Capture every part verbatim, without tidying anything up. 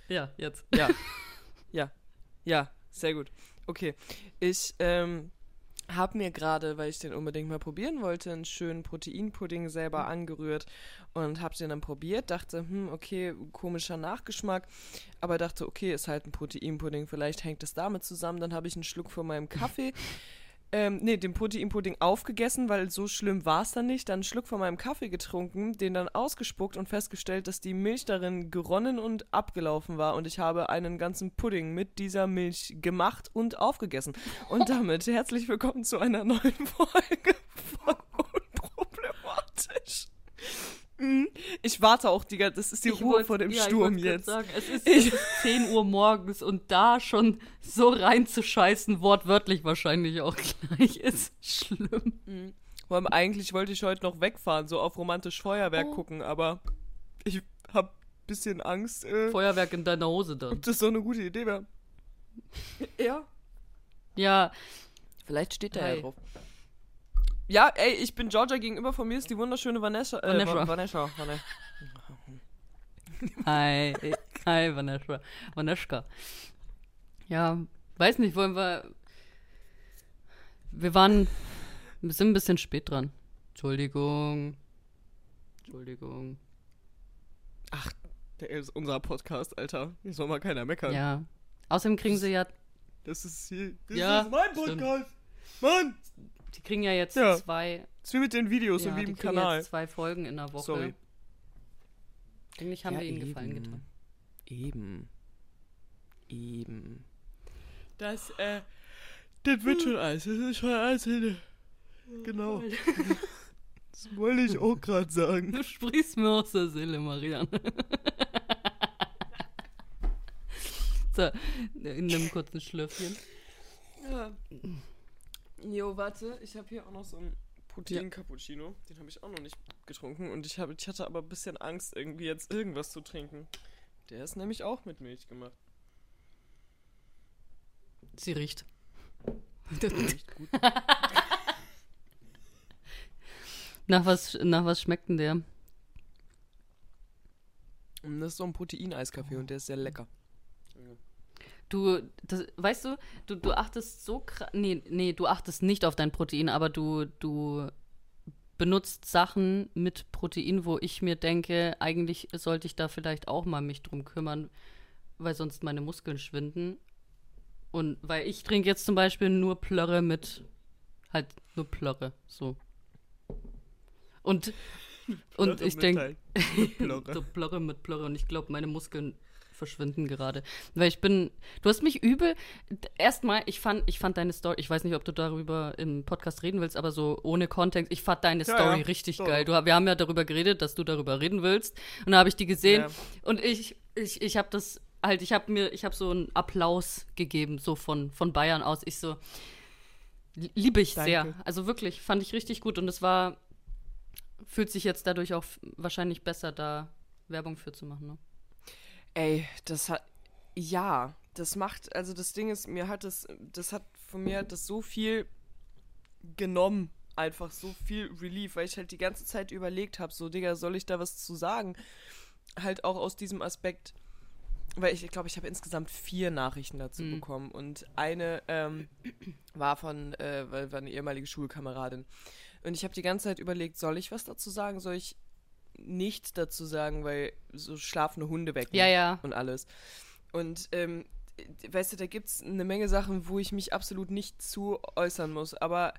Ja, jetzt. Ja. Ja. Ja, sehr gut. Okay. Ich ähm, habe mir gerade, weil ich den unbedingt mal probieren wollte, einen schönen Proteinpudding selber mhm. angerührt und habe den dann probiert. Dachte, hm, okay, komischer Nachgeschmack. Aber dachte, okay, ist halt ein Proteinpudding. Vielleicht hängt es damit zusammen. Dann habe ich einen Schluck von meinem Kaffee Ähm, nee, den Proteinpudding aufgegessen, weil so schlimm war es dann nicht. Dann einen Schluck von meinem Kaffee getrunken, den dann ausgespuckt und festgestellt, dass die Milch darin geronnen und abgelaufen war. Und ich habe einen ganzen Pudding mit dieser Milch gemacht und aufgegessen. Und damit herzlich willkommen zu einer neuen Folge von Unproblematisch. Ich warte auch, die, das ist die ich Ruhe wollt, vor dem ja, Sturm ich jetzt. Sagen, es ist, es ist zehn Uhr morgens und da schon so reinzuscheißen, wortwörtlich wahrscheinlich auch gleich, ist schlimm. Mhm. Vor allem eigentlich wollte ich heute noch wegfahren, so auf romantisch Feuerwerk oh. gucken, aber ich hab ein bisschen Angst. Äh, Feuerwerk in deiner Hose dann. Ob das so eine gute Idee wäre. Ja. Ja. Vielleicht steht da ja drauf. Ja, ey, ich bin Georgia, gegenüber von mir ist die wunderschöne Vanessa. Äh, Vanessa. Vanessa. Vanessa. Hi, hi Vanessa. Vanessa. Ja, weiß nicht, wollen wir... Wir waren... Wir sind ein bisschen spät dran. Entschuldigung. Entschuldigung. Ach, der ist unser Podcast, Alter. Hier soll mal keiner meckern. Ja. Außerdem kriegen sie ja... Das ist hier... Das ja, ist mein Podcast. Stimmt. Mann! Die kriegen ja jetzt ja. zwei... Das ist wie mit den Videos ja, und wie im im Kanal. Kanal. Jetzt zwei Folgen in der Woche. Sorry. Eigentlich haben ja, wir ihnen eben. Gefallen getan. Eben. Eben. Das, äh... Das wird schon alles. Das ist schon alles hin. Genau. Das wollte ich auch gerade sagen. Du sprichst mir aus der Seele, Marianne. So, in einem kurzen Schlürfchen. Ja. Jo, warte, ich habe hier auch noch so einen Protein-Cappuccino. Den habe ich auch noch nicht getrunken. Und ich, hab, ich hatte aber ein bisschen Angst, irgendwie jetzt irgendwas zu trinken. Der ist nämlich auch mit Milch gemacht. Sie riecht. Der riecht gut. nach, was, nach was schmeckt denn der? Das ist so ein Protein-Eiskaffee und der ist sehr lecker. Du, das, weißt du, du, du achtest so krass, nee, nee, du achtest nicht auf dein Protein, aber du, du benutzt Sachen mit Protein, wo ich mir denke, eigentlich sollte ich da vielleicht auch mal mich drum kümmern, weil sonst meine Muskeln schwinden. Und weil ich trinke jetzt zum Beispiel nur Plörre mit, halt nur Plörre, so. Und, und ich denke, so Plörre mit Plörre und ich glaube, meine Muskeln verschwinden gerade. Weil ich bin, du hast mich übel, erstmal, ich fand, ich fand deine Story, ich weiß nicht, ob du darüber im Podcast reden willst, aber so ohne Kontext, ich fand deine ja, Story ja. richtig so. geil. Du, wir haben ja darüber geredet, dass du darüber reden willst und da habe ich die gesehen ja. und ich, ich, ich habe das halt, ich habe mir, ich habe so einen Applaus gegeben, so von, von Bayern aus. Ich so, liebe ich Danke. sehr. Also wirklich, fand ich richtig gut und es war, fühlt sich jetzt dadurch auch wahrscheinlich besser, da Werbung für zu machen, ne? Ey, das hat, ja, das macht, also das Ding ist, mir hat das, das hat von mir hat das so viel genommen, einfach so viel Relief, weil ich halt die ganze Zeit überlegt habe, so, Digga, soll ich da was zu sagen? Halt auch aus diesem Aspekt, weil ich glaube, ich habe insgesamt vier Nachrichten dazu mhm. bekommen und eine ähm, war von, äh, war eine ehemalige Schulkameradin und ich habe die ganze Zeit überlegt, soll ich was dazu sagen, soll ich nichts dazu sagen, weil so schlafende Hunde wecken ja, ja. und alles. Und ähm, weißt du, da gibt es eine Menge Sachen, wo ich mich absolut nicht zu äußern muss, aber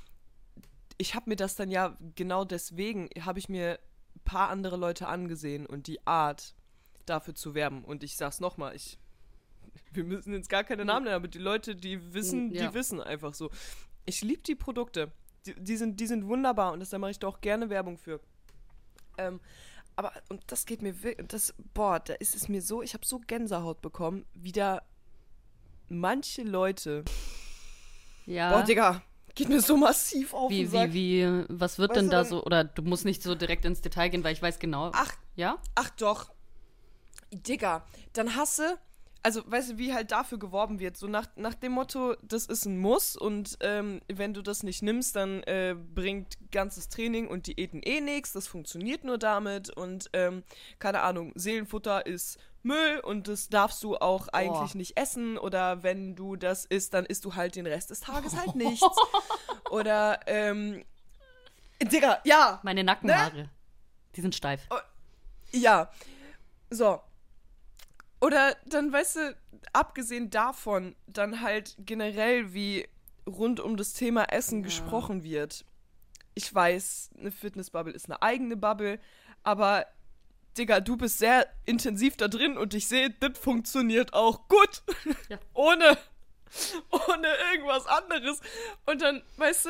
ich habe mir das dann ja, genau deswegen habe ich mir ein paar andere Leute angesehen und die Art, dafür zu werben. Und ich sag's nochmal, ich wir müssen jetzt gar keine Namen nennen, aber die Leute, die wissen, ja. die wissen einfach so. Ich liebe die Produkte. Die, die, sind, die sind wunderbar und das, da mache ich doch gerne Werbung für. Ähm, aber, und das geht mir wirklich, das, boah, da ist es mir so, ich habe so Gänsehaut bekommen, wie da manche Leute, ja. boah, Digga, geht mir so massiv auf wie, den Sack. Wie, wie, was wird weißt denn du da denn, so, oder du musst nicht so direkt ins Detail gehen, weil ich weiß genau. Ach, ja? Ach doch, Digga, dann hasse, also weißt du, wie halt dafür geworben wird, so nach, nach dem Motto, das ist ein Muss und ähm, wenn du das nicht nimmst, dann äh, bringt ganzes Training und Diäten eh nichts, das funktioniert nur damit und ähm, keine Ahnung, Seelenfutter ist Müll und das darfst du auch eigentlich oh. nicht essen oder wenn du das isst, dann isst du halt den Rest des Tages halt nichts. Oder, ähm, Digga, ja. Meine Nackenhaare, ne? Die sind steif. Oh, ja, so. Oder dann, weißt du, abgesehen davon, dann halt generell, wie rund um das Thema Essen ja. gesprochen wird. Ich weiß, eine Fitnessbubble ist eine eigene Bubble, aber Digga, du bist sehr intensiv da drin und ich sehe, das funktioniert auch gut. Ja. ohne, ohne irgendwas anderes. Und dann, weißt du,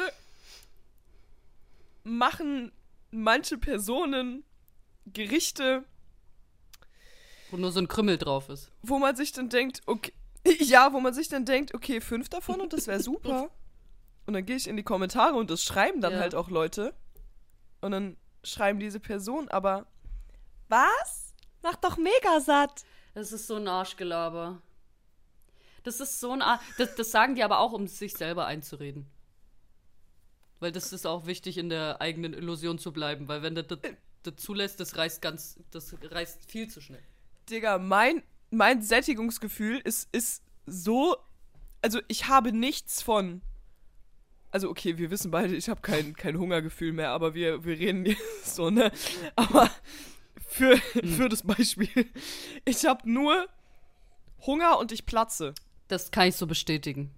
machen manche Personen Gerichte, wo nur so ein Krümmel drauf ist. Wo man sich dann denkt, okay, ja, wo man sich dann denkt, okay, fünf davon und das wäre super. Und dann gehe ich in die Kommentare und das schreiben dann ja. halt auch Leute. Und dann schreiben diese Personen, aber was? Mach doch mega satt. Das ist so ein Arschgelaber. Das ist so ein Arsch. Das, das sagen die aber auch, um sich selber einzureden. Weil das ist auch wichtig, in der eigenen Illusion zu bleiben. Weil wenn das, das, das zulässt, das reißt ganz, das reißt viel zu schnell. Digga, mein, mein Sättigungsgefühl ist, ist so, also ich habe nichts von, also okay, wir wissen beide, ich habe kein, kein Hungergefühl mehr, aber wir, wir reden jetzt so, ne, aber für, für das Beispiel, ich habe nur Hunger und ich platze. Das kann ich so bestätigen.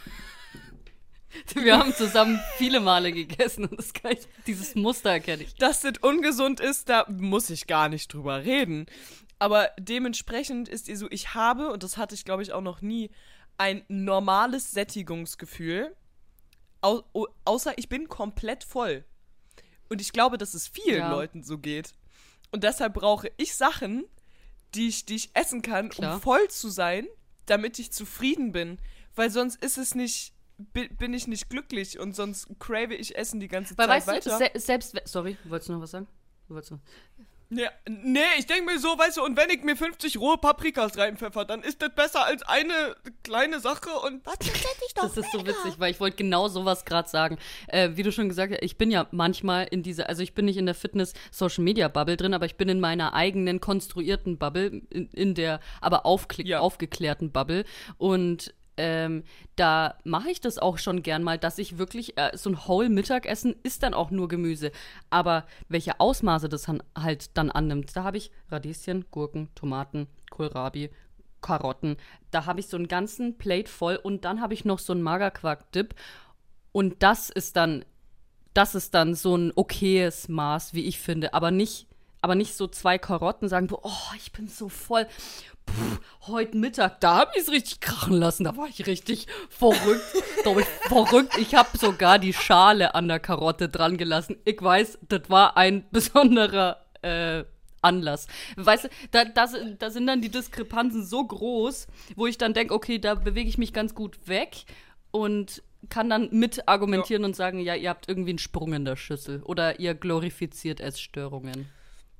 Wir haben zusammen viele Male gegessen und das kann ich, dieses Muster erkenne ich. Dass das ungesund ist, da muss ich gar nicht drüber reden. Aber dementsprechend ist ihr so, ich habe, und das hatte ich glaube ich auch noch nie, ein normales Sättigungsgefühl, au- au- außer ich bin komplett voll. Und ich glaube, dass es vielen ja. Leuten so geht. Und deshalb brauche ich Sachen, die ich, die ich essen kann, Klar. um voll zu sein, damit ich zufrieden bin. Weil sonst ist es nicht, bin ich nicht glücklich und sonst crave ich Essen die ganze Weil, Zeit weißt weiter. Du, se- selbst, sorry, wolltest du noch was sagen? Wolltest du? Nee, nee, ich denke mir so, weißt du, und wenn ich mir fünfzig rohe Paprikas reinpfeffer, dann ist das besser als eine kleine Sache und was ich doch Das ist so witzig, weil ich wollte genau sowas gerade sagen. Äh, wie du schon gesagt hast, ich bin ja manchmal in dieser, also ich bin nicht in der Fitness-Social-Media-Bubble drin, aber ich bin in meiner eigenen konstruierten Bubble, in, in der aber aufkl- ja. aufgeklärten Bubble und Ähm, da mache ich das auch schon gern mal, dass ich wirklich, äh, so ein Whole-Mittagessen ist dann auch nur Gemüse. Aber welche Ausmaße das dann halt dann annimmt, da habe ich Radieschen, Gurken, Tomaten, Kohlrabi, Karotten. Da habe ich so einen ganzen Plate voll und dann habe ich noch so einen Magerquark-Dip. Und das ist dann, das ist dann so ein okayes Maß, wie ich finde. Aber nicht, aber nicht so zwei Karotten sagen, oh, ich bin so voll. Puh, heute Mittag, da habe ich es richtig krachen lassen. Da war ich richtig verrückt. Da war ich verrückt. Ich habe sogar die Schale an der Karotte dran gelassen. Ich weiß, das war ein besonderer äh, Anlass. Weißt du, da, da, da sind dann die Diskrepanzen so groß, wo ich dann denke, okay, da bewege ich mich ganz gut weg und kann dann mit argumentieren ja. und sagen, ja, ihr habt irgendwie einen Sprung in der Schüssel oder ihr glorifiziert Essstörungen.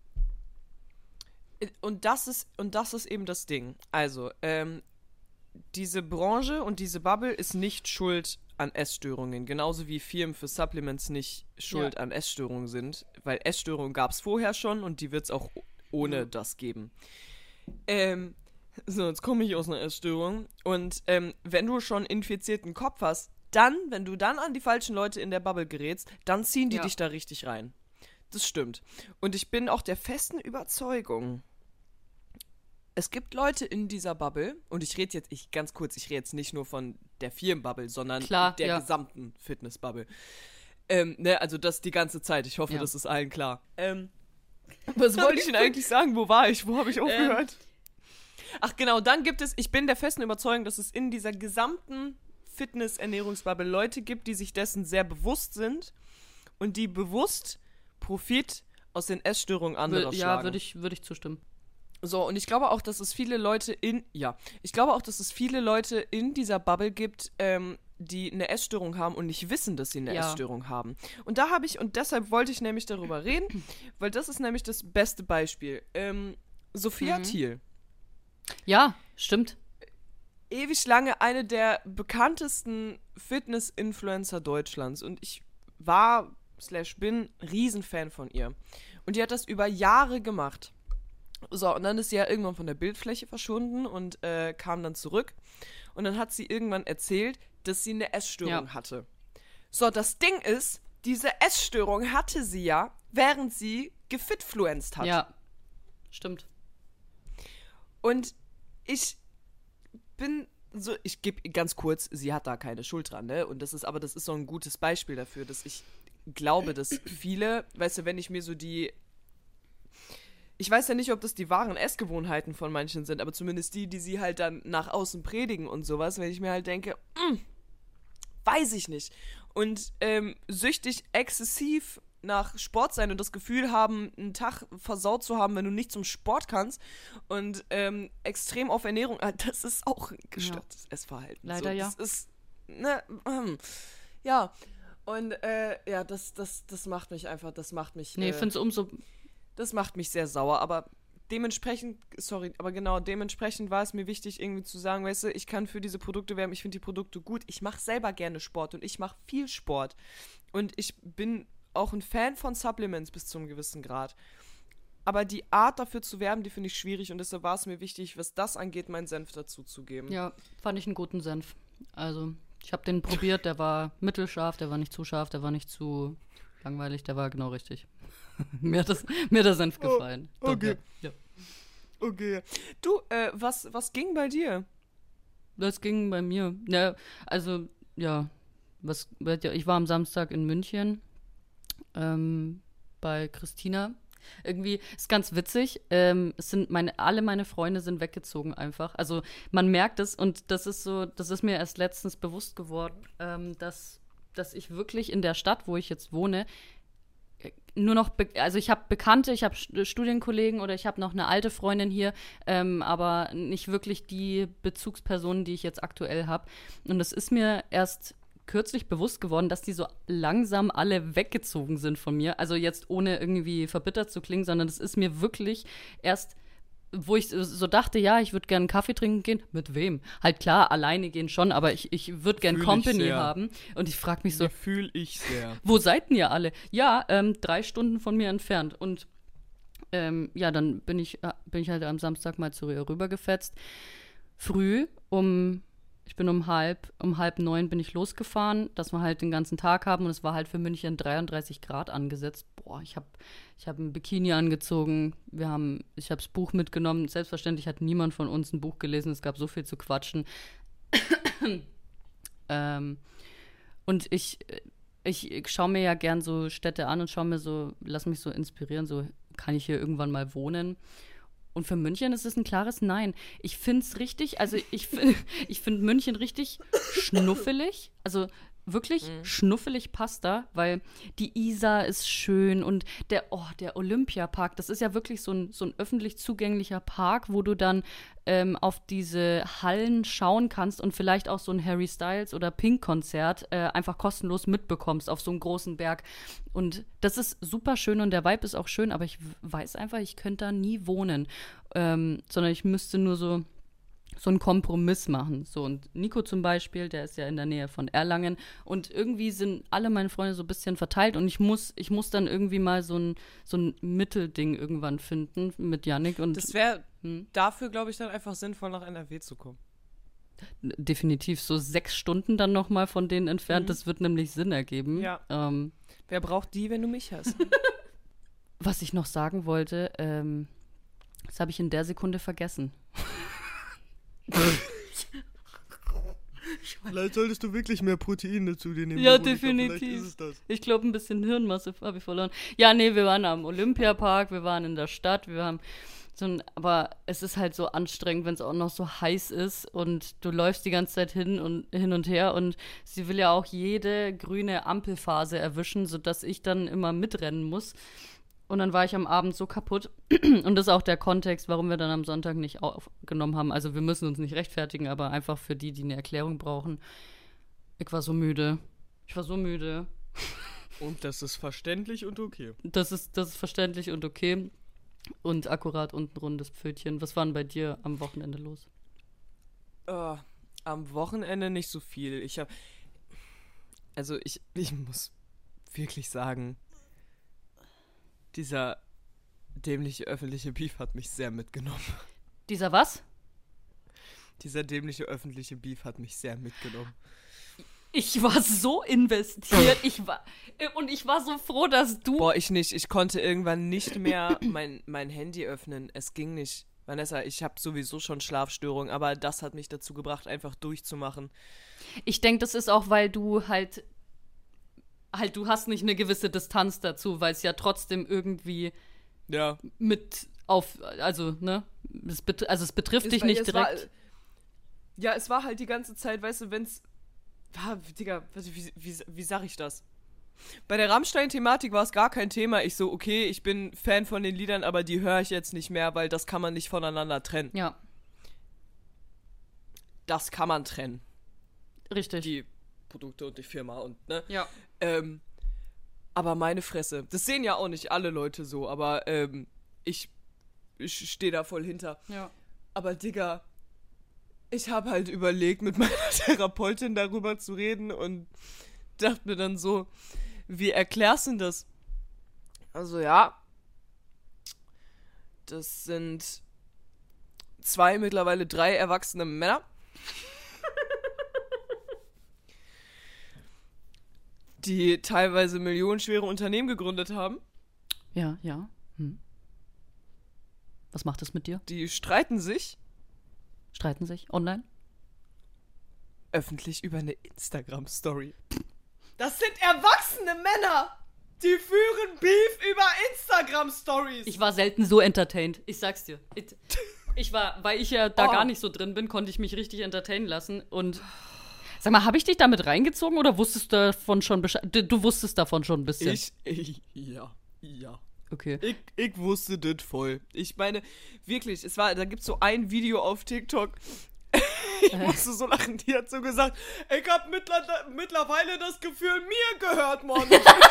Und das ist, und das ist eben das Ding. Also, ähm, diese Branche und diese Bubble ist nicht schuld an Essstörungen. Genauso wie Firmen für Supplements nicht schuld ja. an Essstörungen sind. Weil Essstörungen gab es vorher schon und die wird es auch ohne mhm. das geben. Ähm, so, jetzt komme ich aus einer Essstörung. Und ähm, wenn du schon infizierten Kopf hast, dann, wenn du dann an die falschen Leute in der Bubble gerätst, dann ziehen die ja. dich da richtig rein. Das stimmt. Und ich bin auch der festen Überzeugung, es gibt Leute in dieser Bubble, und ich rede jetzt, ich ganz kurz, ich rede jetzt nicht nur von der Firmenbubble, sondern klar, der ja. gesamten Fitnessbubble. Ähm, ne, also das die ganze Zeit. Ich hoffe, ja. das ist allen klar. Ähm, was wollte ich denn eigentlich sagen? Wo war ich? Wo habe ich aufgehört? Ähm. Ach genau, dann gibt es, ich bin der festen Überzeugung, dass es in dieser gesamten Fitness-Ernährungsbubble Leute gibt, die sich dessen sehr bewusst sind und die bewusst Profit aus den Essstörungen anderer ja, schlagen. Ja, würde ich, würd ich zustimmen. So, und ich glaube auch, dass es viele Leute in, ja, ich glaube auch, dass es viele Leute in dieser Bubble gibt, ähm, die eine Essstörung haben und nicht wissen, dass sie eine ja. Essstörung haben. Und da habe ich, und deshalb wollte ich nämlich darüber reden, weil das ist nämlich das beste Beispiel. Ähm, Sophia mhm. Thiel. Ja, stimmt. Ewig lange eine der bekanntesten Fitness-Influencer Deutschlands und ich war, slash bin, Riesenfan von ihr. Und die hat das über Jahre gemacht. So, und dann ist sie ja irgendwann von der Bildfläche verschwunden und äh, kam dann zurück. Und dann hat sie irgendwann erzählt, dass sie eine Essstörung Ja. hatte. So, das Ding ist, diese Essstörung hatte sie ja, während sie gefitfluenzt hat. Ja, stimmt. Und ich bin so, ich gebe ganz kurz, sie hat da keine Schuld dran, ne? Und das ist, aber das ist so ein gutes Beispiel dafür, dass ich glaube, dass viele, weißt du, wenn ich mir so die, ich weiß ja nicht, ob das die wahren Essgewohnheiten von manchen sind, aber zumindest die, die sie halt dann nach außen predigen und sowas, wenn ich mir halt denke, mm, weiß ich nicht. Und ähm, süchtig exzessiv nach Sport sein und das Gefühl haben, einen Tag versaut zu haben, wenn du nicht zum Sport kannst und ähm, extrem auf Ernährung, äh, das ist auch ein gestörtes ja. Essverhalten. Leider so, ja. Das ist, ne, ähm, ja, und äh, ja, das, das, das macht mich einfach, das macht mich, Nee, ich äh, finde es umso, das macht mich sehr sauer, aber dementsprechend, sorry, aber genau, dementsprechend war es mir wichtig, irgendwie zu sagen, weißt du, ich kann für diese Produkte werben, ich finde die Produkte gut, ich mache selber gerne Sport und ich mache viel Sport und ich bin auch ein Fan von Supplements bis zu einem gewissen Grad. Aber die Art dafür zu werben, die finde ich schwierig und deshalb war es mir wichtig, was das angeht, meinen Senf dazu zu geben. ja, fand ich einen guten Senf. Also, ich habe den probiert, der war mittelscharf, der war nicht zu scharf, der war nicht zu langweilig, der war genau richtig. mir, hat das, mir hat der Senf gefallen. Oh, okay. Ja. Okay. Du, äh, was, was ging bei dir? Das ging bei mir. Ja, also, ja, was, ich war am Samstag in München ähm, bei Christina. Irgendwie ist ganz witzig. Ähm, es sind meine, alle meine Freunde sind weggezogen einfach. Also man merkt es und das ist so, das ist mir erst letztens bewusst geworden, ähm, dass, dass ich wirklich in der Stadt, wo ich jetzt wohne, nur noch, be- also ich habe Bekannte, ich habe Studienkollegen oder ich habe noch eine alte Freundin hier, ähm, aber nicht wirklich die Bezugspersonen, die ich jetzt aktuell habe. Und es ist mir erst kürzlich bewusst geworden, dass die so langsam alle weggezogen sind von mir. Also jetzt ohne irgendwie verbittert zu klingen, sondern es ist mir wirklich erst, wo ich so dachte, ja, ich würde gerne einen Kaffee trinken gehen. Mit wem? Halt klar, alleine gehen schon, aber ich, ich würde gerne Company haben. Und ich frage mich so, fühle ich sehr. Wo seid denn ihr alle? Ja, ähm, drei Stunden von mir entfernt. Und ähm, ja, dann bin ich, äh, bin ich halt am Samstag mal zu ihr rübergefetzt. Früh um Ich bin um halb, um halb neun bin ich losgefahren, dass wir halt den ganzen Tag haben und es war halt für München dreiunddreißig Grad angesetzt. Boah, ich habe ich hab ein Bikini angezogen, wir haben, ich habe das Buch mitgenommen. Selbstverständlich hat niemand von uns ein Buch gelesen, es gab so viel zu quatschen. ähm, und ich, ich, ich schaue mir ja gern so Städte an und schaue mir so, lass mich so inspirieren, so kann ich hier irgendwann mal wohnen. Und für München ist es ein klares Nein. Ich finde es richtig, also ich, f- ich finde München richtig schnuffelig. Also wirklich mhm. schnuffelig passt da, weil die Isar ist schön und der, oh, der Olympiapark, das ist ja wirklich so ein, so ein öffentlich zugänglicher Park, wo du dann ähm, auf diese Hallen schauen kannst und vielleicht auch so ein Harry Styles oder Pink-Konzert äh, einfach kostenlos mitbekommst auf so einem großen Berg. Und das ist super schön und der Vibe ist auch schön, aber ich weiß einfach, ich könnte da nie wohnen, ähm, sondern ich müsste nur so so einen Kompromiss machen. So, und Nico zum Beispiel, der ist ja in der Nähe von Erlangen und irgendwie sind alle meine Freunde so ein bisschen verteilt und ich muss, ich muss dann irgendwie mal so ein, so ein Mittelding irgendwann finden mit Yannick. Und das wäre hm? dafür, glaube ich, dann einfach sinnvoll, nach N R W zu kommen. Definitiv so sechs Stunden dann nochmal von denen entfernt, mhm. das wird nämlich Sinn ergeben. Ja. Ähm, Wer braucht die, wenn du mich hast? Was ich noch sagen wollte, ähm, das habe ich in der Sekunde vergessen. Vielleicht solltest du wirklich mehr Proteine zu dir nehmen. Ja, Veronika. definitiv. Vielleicht ist es das. Ich glaube, ein bisschen Hirnmasse habe ich verloren. Ja, nee, wir waren am Olympiapark, wir waren in der Stadt, wir haben so ein, aber es ist halt so anstrengend, wenn es auch noch so heiß ist und du läufst die ganze Zeit hin und hin und her und sie will ja auch jede grüne Ampelphase erwischen, sodass ich dann immer mitrennen muss. Und dann war ich am Abend so kaputt. Und das ist auch der Kontext, warum wir dann am Sonntag nicht aufgenommen haben. Also wir müssen uns nicht rechtfertigen, aber einfach für die, die eine Erklärung brauchen. Ich war so müde. Ich war so müde. Und das ist verständlich und okay. Das ist, das ist verständlich und okay. Und akkurat unten rundes Pfötchen. Was war denn bei dir am Wochenende los? Oh, am Wochenende nicht so viel. Ich habe, also ich, ich muss wirklich sagen, dieser dämliche öffentliche Beef hat mich sehr mitgenommen. Dieser was? Dieser dämliche öffentliche Beef hat mich sehr mitgenommen. Ich war so investiert. ich war, und ich war so froh, dass du... Boah, ich nicht. Ich konnte irgendwann nicht mehr mein, mein Handy öffnen. Es ging nicht. Vanessa, ich habe sowieso schon Schlafstörungen, aber das hat mich dazu gebracht, einfach durchzumachen. Ich denke, das ist auch, weil du halt... Halt, du hast nicht eine gewisse Distanz dazu, weil es ja trotzdem irgendwie Ja. mit auf... Also, ne? Es bet- also, es betrifft Es dich war- nicht es direkt. War, ja, es war halt die ganze Zeit, weißt du, wenn's... Ah, Digga, wie, wie, wie sag ich das? Bei der Rammstein-Thematik war es gar kein Thema. Ich so, okay, ich bin Fan von den Liedern, aber die höre ich jetzt nicht mehr, weil das kann man nicht voneinander trennen. Ja, Das kann man trennen. richtig. Die Produkte und die Firma und, ne? Ja. Ähm, aber meine Fresse. Das sehen ja auch nicht alle Leute so, aber, ähm, ich, ich stehe da voll hinter. Ja. Aber, Digga, ich habe halt überlegt, mit meiner Therapeutin darüber zu reden und dachte mir dann so, wie erklärst du denn das? Also ja, das sind zwei, mittlerweile drei erwachsene Männer, die teilweise millionenschwere Unternehmen gegründet haben. Ja, ja. Hm. Was macht das mit dir? Die streiten sich Streiten sich online? öffentlich über eine Instagram-Story. Das sind erwachsene Männer! Die führen Beef über Instagram-Stories! Ich war selten so entertained. Ich sag's dir. Ich, ich war, weil ich ja da Oh. gar nicht so drin bin, konnte ich mich richtig entertainen lassen. Und sag mal, habe ich dich damit reingezogen oder wusstest du davon schon Bescheid? Du, du wusstest davon schon ein bisschen. Ich, ich, ja, ja. Okay. Ich, ich wusste das voll. Ich meine, wirklich, es war, da gibt's so ein Video auf TikTok. Ich musste so lachen, die hat so gesagt, ich hab mittler, mittlerweile das Gefühl, mir gehört Mann.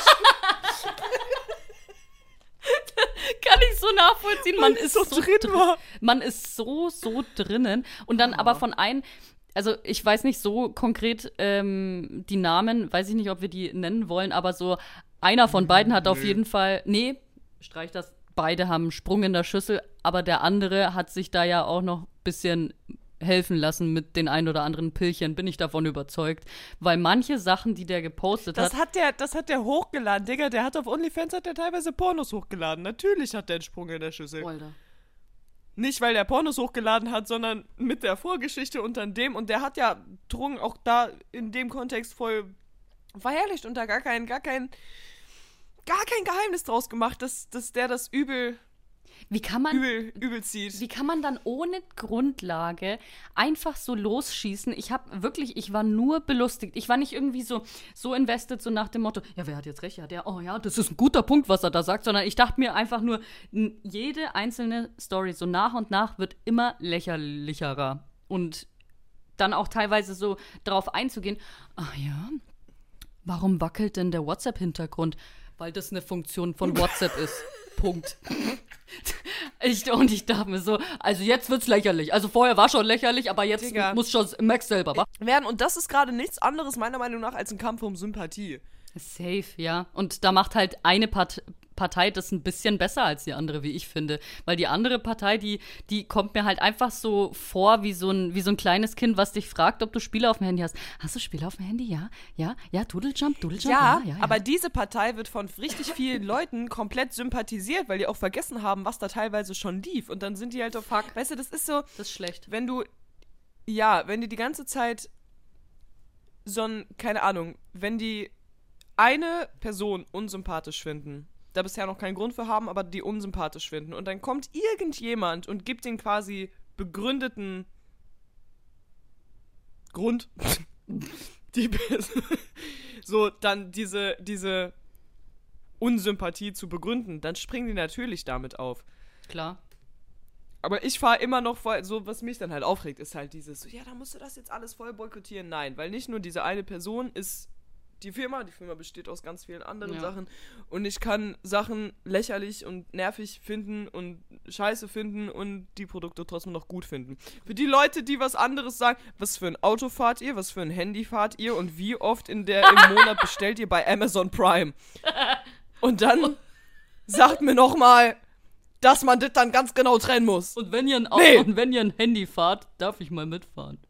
Kann ich so nachvollziehen. Man ist so, so drin drin. war. Man ist so, so drinnen. Und dann aber von einem, also ich weiß nicht so konkret ähm, die Namen, weiß ich nicht, ob wir die nennen wollen, aber so einer von beiden hat auf Nö. jeden Fall, nee, streich das, beide haben einen Sprung in der Schüssel, aber der andere hat sich da ja auch noch ein bisschen helfen lassen mit den ein oder anderen Pillchen, bin ich davon überzeugt. Weil manche Sachen, die der gepostet Das hat, hat der, das hat der hochgeladen, Digga. Der hat auf OnlyFans hat der teilweise Pornos hochgeladen. Natürlich hat der einen Sprung in der Schüssel. Alter. Nicht, weil der Pornos hochgeladen hat, sondern mit der Vorgeschichte und dann dem. Und der hat ja Drogen auch da in dem Kontext voll verherrlicht und da gar kein, gar kein, gar kein Geheimnis draus gemacht, dass, dass der das übel, Wie kann man übel, übel zieht. Wie kann man dann ohne Grundlage einfach so losschießen? Ich habe wirklich, ich war nur belustigt. Ich war nicht irgendwie so, so invested, so nach dem Motto, ja, wer hat jetzt recht? Ja, der, oh ja, das ist ein guter Punkt, was er da sagt. Sondern ich dachte mir einfach nur, n- jede einzelne Story, so nach und nach, wird immer lächerlicherer. Und dann auch teilweise so darauf einzugehen, ach ja, warum wackelt denn der WhatsApp-Hintergrund? Weil das eine Funktion von WhatsApp ist. Punkt. Ich, und ich dachte mir so, also jetzt wird's lächerlich. Also vorher war schon lächerlich, aber jetzt Digga. muss schon Max selber, wa? Werden. Und das ist gerade nichts anderes, meiner Meinung nach, als ein Kampf um Sympathie. Safe, ja. Und da macht halt eine Part- Partei das ein bisschen besser als die andere, wie ich finde. Weil die andere Partei, die, die kommt mir halt einfach so vor wie so, ein, wie so ein kleines Kind, was dich fragt, ob du Spiele auf dem Handy hast. Hast du Spiele auf dem Handy? Ja, ja, ja, Doodlejump, Doodlejump, Ja, ja, ja, ja. aber diese Partei wird von richtig vielen Leuten komplett sympathisiert, weil die auch vergessen haben, was da teilweise schon lief. Und dann sind die halt auf Fuck. Weißt du, das ist so, das ist schlecht. wenn du, ja, wenn die die ganze Zeit so ein, keine Ahnung, wenn die eine Person unsympathisch finden, da bisher noch keinen Grund für haben, aber die unsympathisch finden, und dann kommt irgendjemand und gibt den quasi begründeten Grund, die, so dann diese, diese Unsympathie zu begründen, dann springen die natürlich damit auf. Klar. Aber ich fahre immer noch voll, so was mich dann halt aufregt, ist halt dieses, so, ja, da musst du das jetzt alles voll boykottieren. Nein, weil nicht nur diese eine Person ist die Firma, die Firma besteht aus ganz vielen anderen Ja. Sachen, und ich kann Sachen lächerlich und nervig finden und scheiße finden und die Produkte trotzdem noch gut finden. Für die Leute, die was anderes sagen, was für ein Auto fahrt ihr, was für ein Handy fahrt ihr und wie oft in der im Monat bestellt ihr bei Amazon Prime? Und dann sagt mir noch mal, dass man das dann ganz genau trennen muss. Und wenn ihr ein, Nee. und wenn ihr ein Handy fahrt, darf ich mal mitfahren.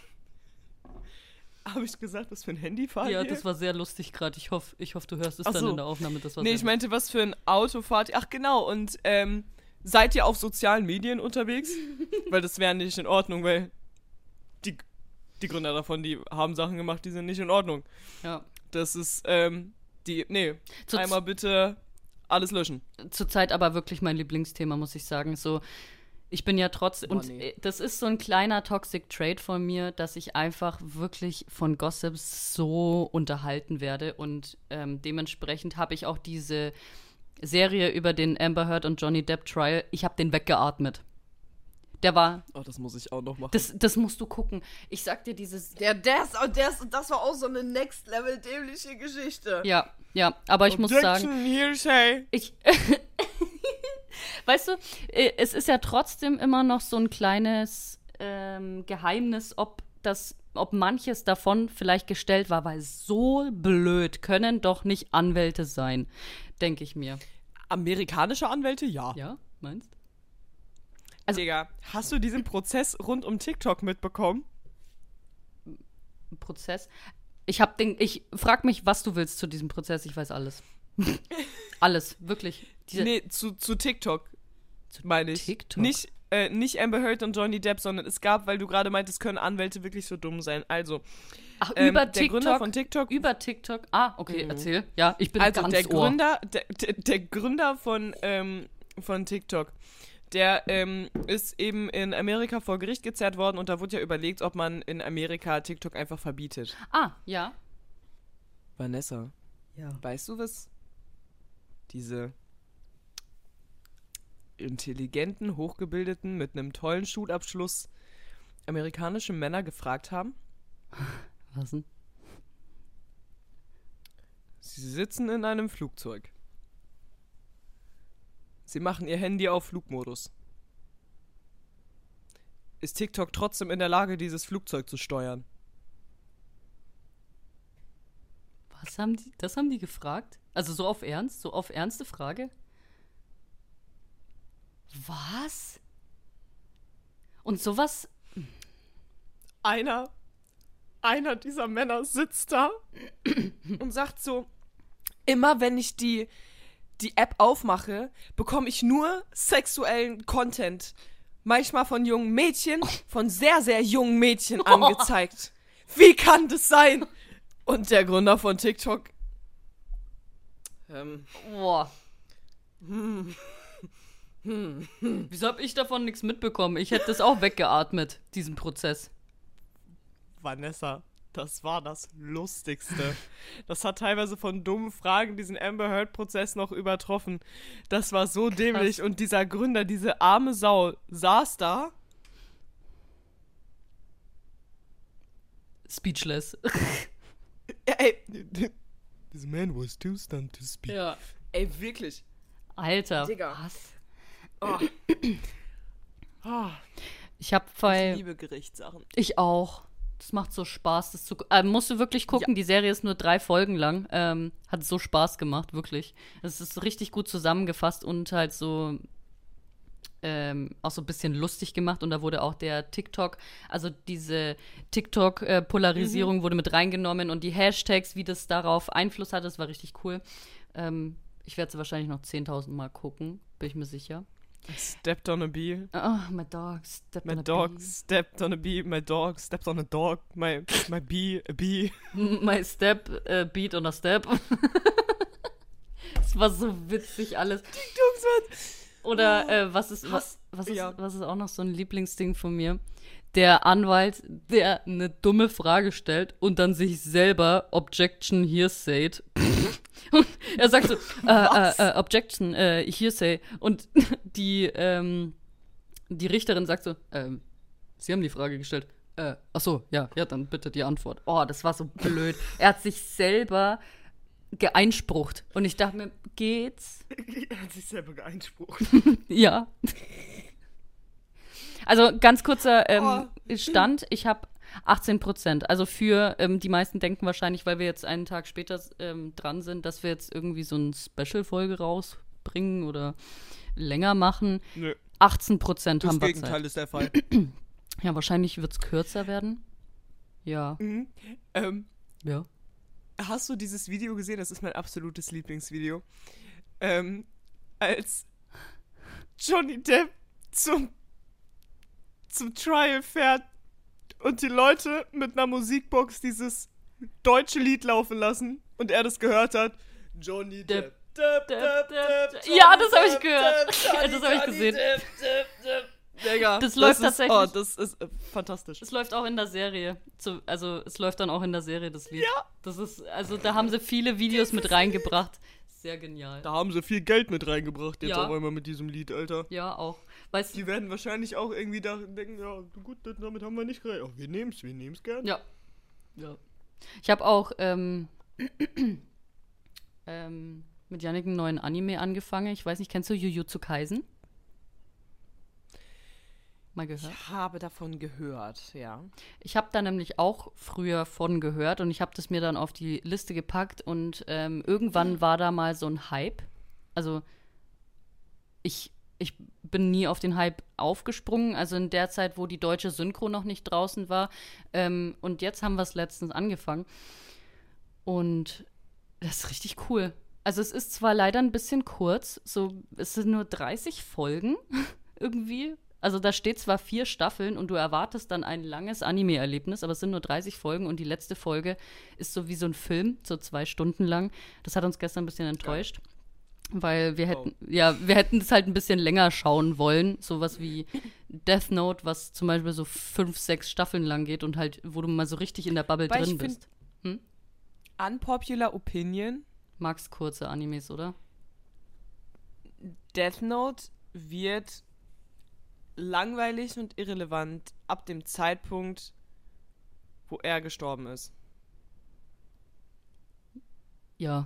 Habe ich gesagt, was für ein Handy fahrt Ja, ihr? das war sehr lustig gerade. Ich hoffe, ich hoff, du hörst es Ach dann so. in der Aufnahme. Das war Nee, sehr ich meinte, was für ein Auto fahrt ihr? Ach genau, und ähm, seid ihr auf sozialen Medien unterwegs? Weil das wäre nicht in Ordnung, weil die, die Gründer davon, die haben Sachen gemacht, die sind nicht in Ordnung. ja. Das ist, ähm, die, nee, Zu- einmal bitte alles löschen. Zurzeit aber wirklich mein Lieblingsthema, muss ich sagen. So, ich bin ja trotz Boah, und nee. äh, das ist so ein kleiner Toxic Trait von mir, dass ich einfach wirklich von Gossips so unterhalten werde und ähm, dementsprechend habe ich auch diese Serie über den Amber Heard und Johnny Depp Trial. Ich habe den weggeatmet. Der war, Oh, das muss ich auch noch machen. das, das musst du gucken. Ich sag dir dieses, der, der ist, der ist, das war auch so eine next-level-dämliche Geschichte. ja, ja, aber ich muss sagen, Objection, hearsay. ich, weißt du, äh, es ist ja trotzdem immer noch so ein kleines ähm, Geheimnis, ob das, ob manches davon vielleicht gestellt war, weil so blöd können doch nicht Anwälte sein, denke ich mir. Amerikanische Anwälte, ja. Ja, meinst? Also, Digga, hast du diesen Prozess rund um TikTok mitbekommen? Prozess. Ich hab den, ich frag mich, was du willst zu diesem Prozess. Ich weiß alles. Alles, wirklich. Diese, Nee, zu, zu TikTok, meine ich. TikTok? Nicht, äh, nicht Amber Heard und Johnny Depp, sondern es gab, weil du gerade meintest, können Anwälte wirklich so dumm sein. Also, Ach, ähm, über der TikTok. Gründer von TikTok. Über TikTok. Ah, okay, Mhm. erzähl. Ja, ich bin Also ganz der Ohr. Gründer, der, der, der Gründer von, ähm, von TikTok, der ähm, ist eben in Amerika vor Gericht gezerrt worden und da wurde ja überlegt, ob man in Amerika TikTok einfach verbietet. Ah, ja. Vanessa, Ja. weißt du, was diese intelligenten, hochgebildeten, mit einem tollen Schulabschluss amerikanische Männer gefragt haben? Was denn? Sie sitzen in einem Flugzeug. Sie machen ihr Handy auf Flugmodus. Ist TikTok trotzdem in der Lage, dieses Flugzeug zu steuern? Was haben die? Das haben die gefragt? Also so auf Ernst? So auf ernste Frage? Was? Und sowas? Einer, einer dieser Männer sitzt da und sagt so, immer wenn ich die, die App aufmache, bekomme ich nur sexuellen Content. Manchmal von jungen Mädchen, von sehr, sehr jungen Mädchen angezeigt. Wie kann das sein? Und der Gründer von TikTok. Ähm, Boah. hm, hm. Wieso hab ich davon nichts mitbekommen? Ich hätte das auch weggeatmet, diesen Prozess. Vanessa, das war das Lustigste. Das hat teilweise von dummen Fragen diesen Amber Heard-Prozess noch übertroffen. Das war so dämlich. Und dieser Gründer, diese arme Sau, saß da. Speechless. Ey, This man was too stunned to speak. Ja. ey wirklich. Alter. Digga. Was? Oh. Oh, Ich hab ich bei. liebe Gerichtssachen. Ich auch. Das macht so Spaß, das zu äh, musst du wirklich gucken, die Serie ist nur drei Folgen lang. Ähm, hat so Spaß gemacht, wirklich. Es ist richtig gut zusammengefasst und halt so ähm, auch so ein bisschen lustig gemacht. Und da wurde auch der TikTok, also diese TikTok-Polarisierung wurde mit reingenommen und die Hashtags, wie das darauf Einfluss hat, das war richtig cool. Ähm, ich werde sie wahrscheinlich noch zehntausend Mal gucken, bin ich mir sicher. Stepped on a bee. Oh, my dog stepped My on a dog bee. stepped on a bee. My dog stepped on a dog. My, my bee, a bee. My step, äh, beat on a step. Das war so witzig alles. Oder äh, was ist was, was ist Ja. was ist auch noch so ein Lieblingsding von mir? Der Anwalt, der eine dumme Frage stellt und dann sich selber Objection Hearsay. Und er sagt so, äh, äh, äh, Objection äh, Hearsay. Und die, ähm, die Richterin sagt so, ähm, Sie haben die Frage gestellt. Äh, ach so, ja, ja, dann bitte die Antwort. Oh, das war so blöd. Er hat sich selber geeinsprucht. Und ich dachte mir, geht's? Er hat sich selber geeinsprucht. Ja. Also ganz kurzer ähm, Stand, ich habe achtzehn Prozent. Also für, ähm, die meisten denken wahrscheinlich, weil wir jetzt einen Tag später ähm, dran sind, dass wir jetzt irgendwie so eine Special-Folge rausbringen oder länger machen. Nö. achtzehn Prozent Das haben wir Gegenteil Zeit. ist der Fall. Ja, wahrscheinlich wird es kürzer werden. Ja. Mhm. Ähm, Ja. hast du dieses Video gesehen? Das ist mein absolutes Lieblingsvideo. Ähm, als Johnny Depp zum, zum Trial fährt und die Leute mit einer Musikbox dieses deutsche Lied laufen lassen und er das gehört hat. Johnny Depp. Depp, Depp, Depp, Ja, das habe ich gehört. Das habe ich gesehen. Digga, Das läuft ist, tatsächlich. Oh, das ist äh, fantastisch. Es läuft auch in der Serie. Zu, also es läuft dann auch in der Serie, das Lied. Ja. Das ist, also da haben sie viele Videos mit reingebracht. Sehr genial. Da haben sie viel Geld mit reingebracht, jetzt Ja. auf einmal mit diesem Lied, Alter. Ja, auch. Weißt du, Die werden wahrscheinlich auch irgendwie da denken, ja, gut, damit haben wir nicht gerechnet. Oh, wir nehmen's, wir nehmen's gern. ja. Ja. Ich habe auch ähm, ähm, mit Yannick einen neuen Anime angefangen. Ich weiß nicht, kennst du Jujutsu Kaisen? Mal gehört? Ich habe davon gehört, ja. Ich habe da nämlich auch früher von gehört und ich habe das mir dann auf die Liste gepackt und ähm, irgendwann war da mal so ein Hype. Also ich, ich bin nie auf den Hype aufgesprungen, also in der Zeit, wo die deutsche Synchro noch nicht draußen war. Ähm, und jetzt haben wir es letztens angefangen. Und das ist richtig cool. Also es ist zwar leider ein bisschen kurz, so es sind nur dreißig Folgen irgendwie. Also da steht zwar vier Staffeln und du erwartest dann ein langes Anime-Erlebnis, aber es sind nur dreißig Folgen und die letzte Folge ist so wie so ein Film, so zwei Stunden lang. Das hat uns gestern ein bisschen enttäuscht, Geil. weil wir hätten, oh. ja, wir hätten es halt ein bisschen länger schauen wollen. Sowas wie Death Note, was zum Beispiel so fünf, sechs Staffeln lang geht und halt, wo du mal so richtig in der Bubble Weil drin ich bist. Hm? Unpopular Opinion. Magst kurze Animes, oder? Death Note wird langweilig und irrelevant ab dem Zeitpunkt, wo er gestorben ist. Ja.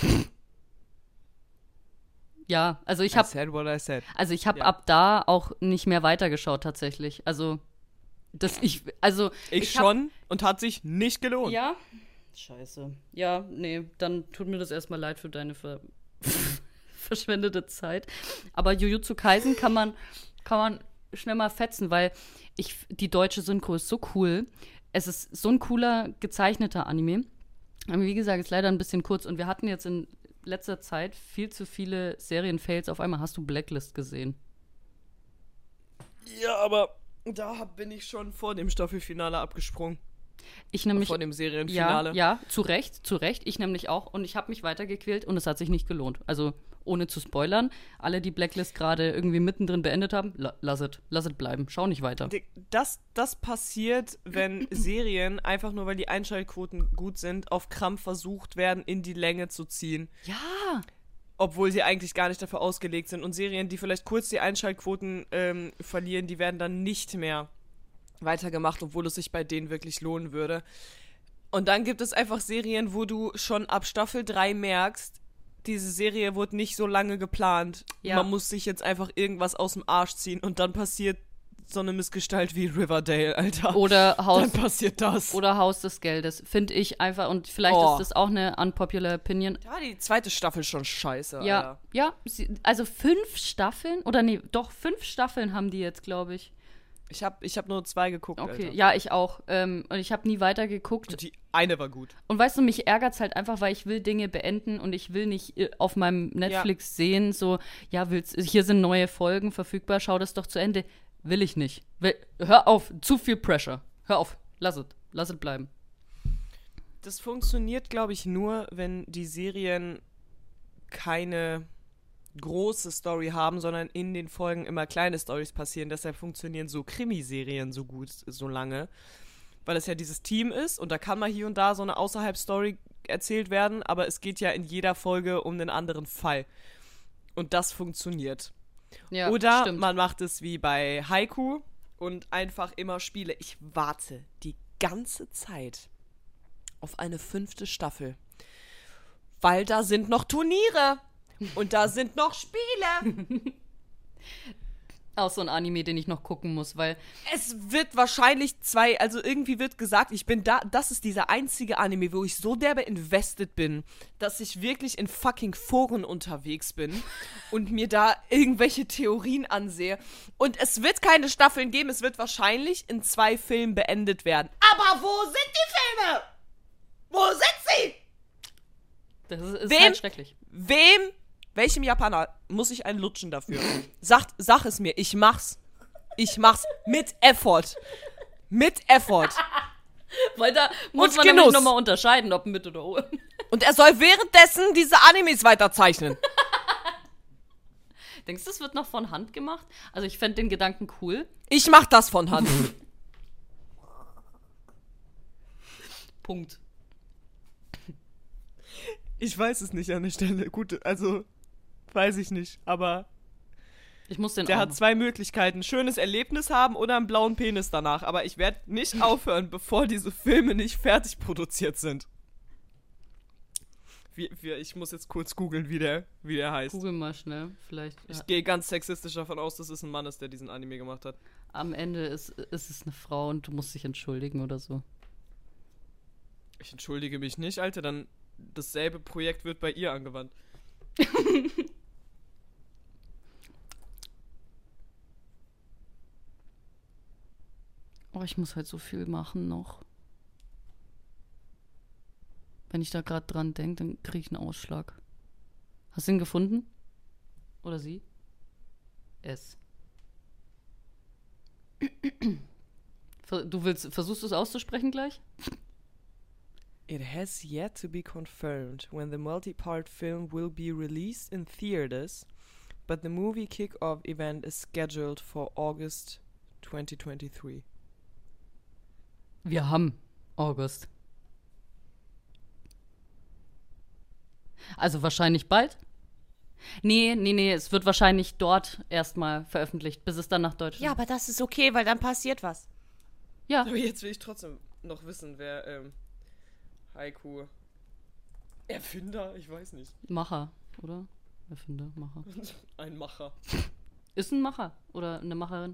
Ja, also ich habe I said what I said. Also ich habe Ja. ab da auch nicht mehr weitergeschaut tatsächlich. Also das ich also Ich, ich hab- schon und hat sich nicht gelohnt. Ja. Scheiße. Ja, nee, dann tut mir das erstmal leid für deine ver verschwendete Zeit. Aber Jujutsu Kaisen kann man kann man schnell mal fetzen, weil ich die deutsche Synchro ist so cool. Es ist so ein cooler gezeichneter Anime. Aber wie gesagt, ist leider ein bisschen kurz und wir hatten jetzt in letzter Zeit viel zu viele Serienfails auf einmal. Hast du Blacklist gesehen? Ja, aber da hab- bin ich schon vor dem Staffelfinale abgesprungen. Ich nämlich Vor dem Ja, Serienfinale. ja, zu Recht, zu Recht. Ich nämlich auch. Und ich habe mich weitergequält und es hat sich nicht gelohnt. Also, ohne zu spoilern, alle, die Blacklist gerade irgendwie mittendrin beendet haben, la lass es, lass es bleiben. Schau nicht weiter. Das, das passiert, wenn Serien, einfach nur weil die Einschaltquoten gut sind, auf Krampf versucht werden, in die Länge zu ziehen. Ja, Obwohl sie eigentlich gar nicht dafür ausgelegt sind. Und Serien, die vielleicht kurz die Einschaltquoten ähm, verlieren, die werden dann nicht mehr weitergemacht, obwohl es sich bei denen wirklich lohnen würde. Und dann gibt es einfach Serien, wo du schon ab Staffel drei merkst, diese Serie wurde nicht so lange geplant. Ja. Man muss sich jetzt einfach irgendwas aus dem Arsch ziehen und dann passiert so eine Missgestalt wie Riverdale, Alter. oder Haus, Dann passiert das. oder Haus des Geldes. Finde ich einfach, und vielleicht Oh. ist das auch eine unpopular Opinion. Ja, die zweite Staffel schon scheiße, Ja, Alter. ja, sie, also fünf Staffeln, oder nee, doch, fünf Staffeln haben die jetzt, glaube ich. Ich hab, ich hab nur zwei geguckt, Okay, Alter. ja, ich auch. Ähm, und ich habe nie weiter geguckt. Und die eine war gut. Und weißt du, mich ärgert's halt einfach, weil ich will Dinge beenden und ich will nicht äh, auf meinem Netflix sehen, so, ja, willst, hier sind neue Folgen verfügbar, schau das doch zu Ende. Will ich nicht. Will, hör auf, zu viel Pressure. Hör auf, lass es, lass es bleiben. Das funktioniert, glaube ich, nur, wenn die Serien keine große Story haben, sondern in den Folgen immer kleine Storys passieren. Deshalb funktionieren so Krimiserien so gut, so lange. Weil es ja dieses Team ist und da kann mal hier und da so eine Außerhalb-Story erzählt werden, aber es geht ja in jeder Folge um einen anderen Fall. Und das funktioniert. Ja, Oder stimmt. man macht es wie bei Haiku und einfach immer Spiele. Ich warte die ganze Zeit auf eine fünfte Staffel. Weil da sind noch Turniere. Und da sind noch Spiele. Auch so ein Anime, den ich noch gucken muss, weil Es wird wahrscheinlich zwei, also irgendwie wird gesagt, ich bin da, das ist dieser einzige Anime, wo ich so derbe invested bin, dass ich wirklich in fucking Foren unterwegs bin und mir da irgendwelche Theorien ansehe. Und es wird keine Staffeln geben, es wird wahrscheinlich in zwei Filmen beendet werden. Aber wo sind die Filme? Wo sind sie? das ist, ist Wem? halt schrecklich. Wem, welchem Japaner muss ich einen lutschen dafür? Sagt, sag es mir, ich mach's. Ich mach's mit Effort. Mit Effort. Weil da muss Und man Genuss. nämlich nochmal unterscheiden, ob mit oder ohne. Und er soll währenddessen diese Animes weiterzeichnen. Denkst du, das wird noch von Hand gemacht? Also ich fände den Gedanken cool. Ich mach das von Hand. Punkt. Ich weiß es nicht an der Stelle. Gut, also weiß ich nicht. Aber Ich muss den der auch hat noch. zwei Möglichkeiten. Schönes Erlebnis haben oder einen blauen Penis danach. Aber ich werde nicht aufhören, bevor diese Filme nicht fertig produziert sind. Wie, wie, ich muss jetzt kurz googeln, wie der, wie der heißt. Google mal schnell. Vielleicht. Ich Ja. gehe ganz sexistisch davon aus, dass es ein Mann ist, der diesen Anime gemacht hat. Am Ende ist, ist es eine Frau und du musst dich entschuldigen oder so. Ich entschuldige mich nicht, Alter, dann dasselbe Projekt wird bei ihr angewandt. Oh, ich muss halt so viel machen noch. Wenn ich da gerade dran denke, dann kriege ich einen Ausschlag. Hast du ihn gefunden? Oder sie? Es. Ver- Du willst, versuchst du es auszusprechen gleich? It has yet to be confirmed when the multi-part film will be released in theaters, but the movie kick-off event is scheduled for August twenty twenty-three. Wir haben August. Also wahrscheinlich bald? Nee, nee, nee, es wird wahrscheinlich dort erstmal veröffentlicht, bis es dann nach Deutschland. Ja, aber das ist okay, weil dann passiert was. Ja. Aber jetzt will ich trotzdem noch wissen, wer ähm, Haiku Erfinder, ich weiß nicht. Macher, oder? Erfinder, Macher. Ein Macher. Ist ein Macher oder eine Macherin?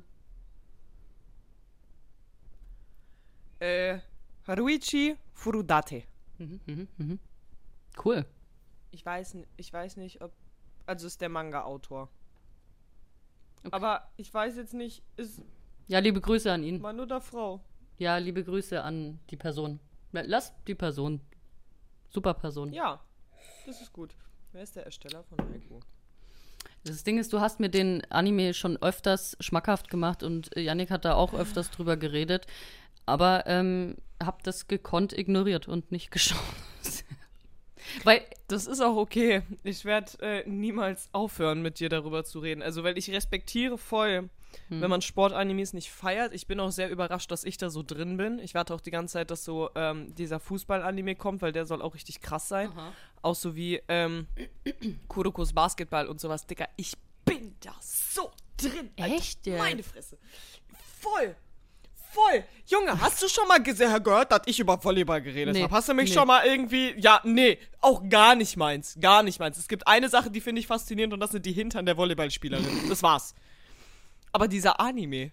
Äh, Haruichi Furudate. Mhm, mhm, mhm. Cool. Ich weiß, n- ich weiß nicht, ob. Also ist der Manga-Autor. Okay. Aber ich weiß jetzt nicht, ist Ja, liebe Grüße an ihn. Mann oder Frau? Ja, liebe Grüße an die Person. Lass die Person. Super Person. Ja, das ist gut. Wer ist der Ersteller von Haiku? Das Ding ist, du hast mir den Anime schon öfters schmackhaft gemacht und äh, Yannick hat da auch öfters drüber geredet. Aber ähm, hab das gekonnt ignoriert und nicht geschaut. Weil, Das ist auch okay. Ich werde äh, niemals aufhören, mit dir darüber zu reden. Also, weil ich respektiere voll, Hm. wenn man Sportanimes nicht feiert. Ich bin auch sehr überrascht, dass ich da so drin bin. Ich warte auch die ganze Zeit, dass so ähm, dieser Fußball-Anime kommt, weil der soll auch richtig krass sein. Aha. Auch so wie ähm, Kurokos Basketball und sowas. Digga, ich bin da so drin. Alter. Echt, ja? Meine Fresse. Voll. Voll. Junge, hast du schon mal gese- gehört, dass ich über Volleyball geredet Nee, habe? Hast du mich nee. schon mal irgendwie... Ja, nee, auch gar nicht meins. Gar nicht meins. Es gibt eine Sache, die finde ich faszinierend und das sind die Hintern der Volleyballspielerin. Das war's. Aber dieser Anime...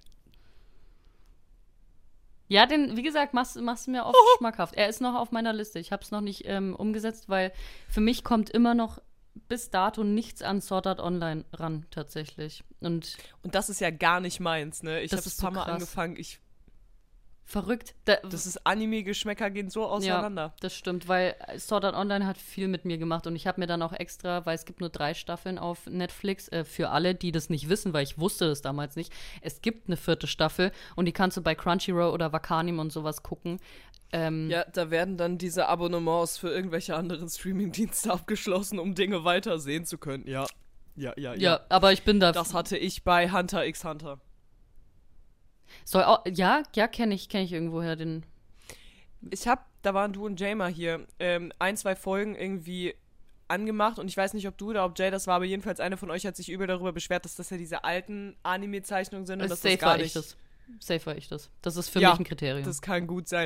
Ja, den, wie gesagt, machst, machst du mir oft schmackhaft. Er ist noch auf meiner Liste. Ich habe es noch nicht ähm, umgesetzt, weil für mich kommt immer noch bis dato nichts an Sword Art Online ran, tatsächlich. Und Und das ist ja gar nicht meins, ne? Ich Das habe es ist ein paar so Mal krass. angefangen. Ich, verrückt. Da, das ist Anime-Geschmäcker gehen so auseinander. Ja, das stimmt, weil Sword Art Online hat viel mit mir gemacht und ich habe mir dann auch extra, weil es gibt nur drei Staffeln auf Netflix, äh, für alle, die das nicht wissen, weil ich wusste das damals nicht, es gibt eine vierte Staffel und die kannst du bei Crunchyroll oder Wakanim und sowas gucken. Ähm, Ja, da werden dann diese Abonnements für irgendwelche anderen Streaming-Dienste abgeschlossen, um Dinge weiter sehen zu können. Ja. Ja, ja, ja. ja, aber ich bin da. Das hatte ich bei Hunter x Hunter. Soll auch, ja, ja, kenne ich, kenne ich irgendwoher den. Ich hab, da waren du und Jay mal hier, ähm, ein, zwei Folgen irgendwie angemacht und ich weiß nicht, ob du oder ob Jay das war, aber jedenfalls eine von euch hat sich übel darüber beschwert, dass das ja diese alten Anime-Zeichnungen sind und Äh, dass safe das gar war ich nicht... das. Safe war ich das. Das ist für Ja, mich ein Kriterium. Das kann gut sein.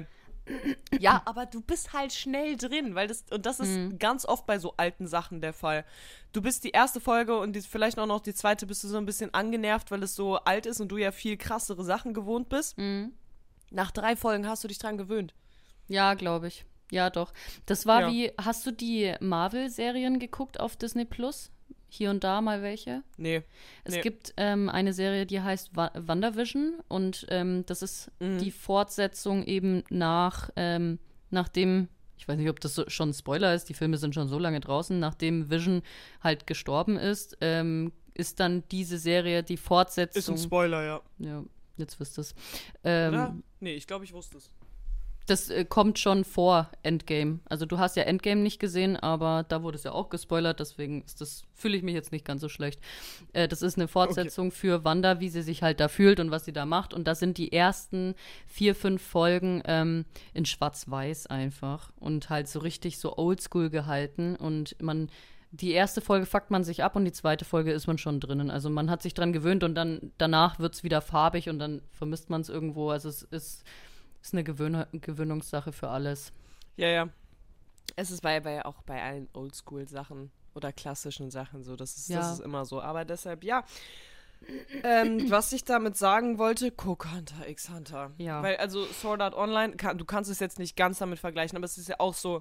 Ja, aber du bist halt schnell drin, weil das, und das ist Mhm. ganz oft bei so alten Sachen der Fall. Du bist die erste Folge und die, vielleicht auch noch die zweite bist du so ein bisschen angenervt, weil es so alt ist und du ja viel krassere Sachen gewohnt bist. Mhm. Nach drei Folgen hast du dich dran gewöhnt. Ja, glaube ich. Ja, doch. Das war Ja. wie, hast du die Marvel-Serien geguckt auf Disney Plus? Hier und da mal welche? Nee. Es Nee. gibt ähm, eine Serie, die heißt Wa WandaVision und ähm, das ist Mhm. die Fortsetzung eben nach, ähm, nachdem, ich weiß nicht, ob das so, schon ein Spoiler ist, die Filme sind schon so lange draußen, nachdem Vision halt gestorben ist, ähm, ist dann diese Serie die Fortsetzung. Ist ein Spoiler, ja. Ja, jetzt wisst ihr es. Ähm, Oder? Nee, ich glaube, ich wusste es. Das äh, kommt schon vor Endgame. Also du hast ja Endgame nicht gesehen, aber da wurde es ja auch gespoilert, deswegen ist das, fühle ich mich jetzt nicht ganz so schlecht. Äh, das ist eine Fortsetzung für Wanda, wie sie sich halt da fühlt und was sie da macht. Und das sind die ersten vier, fünf Folgen ähm, in Schwarz-Weiß einfach und halt so richtig so oldschool gehalten. Und man, die erste Folge fuckt man sich ab und die zweite Folge ist man schon drinnen. Also man hat sich dran gewöhnt und dann danach wird es wieder farbig und dann vermisst man es irgendwo. Also es ist ist eine Gewöhn Gewöhnungssache für alles. Ja, ja. Es ist bei, bei auch bei allen Oldschool-Sachen oder klassischen Sachen so. Das ist, Ja. das ist immer so. Aber deshalb, ja. Ähm, was ich damit sagen wollte, guck Hunter x Hunter. Ja. Weil, also Sword Art Online, kann, du kannst es jetzt nicht ganz damit vergleichen, aber es ist ja auch so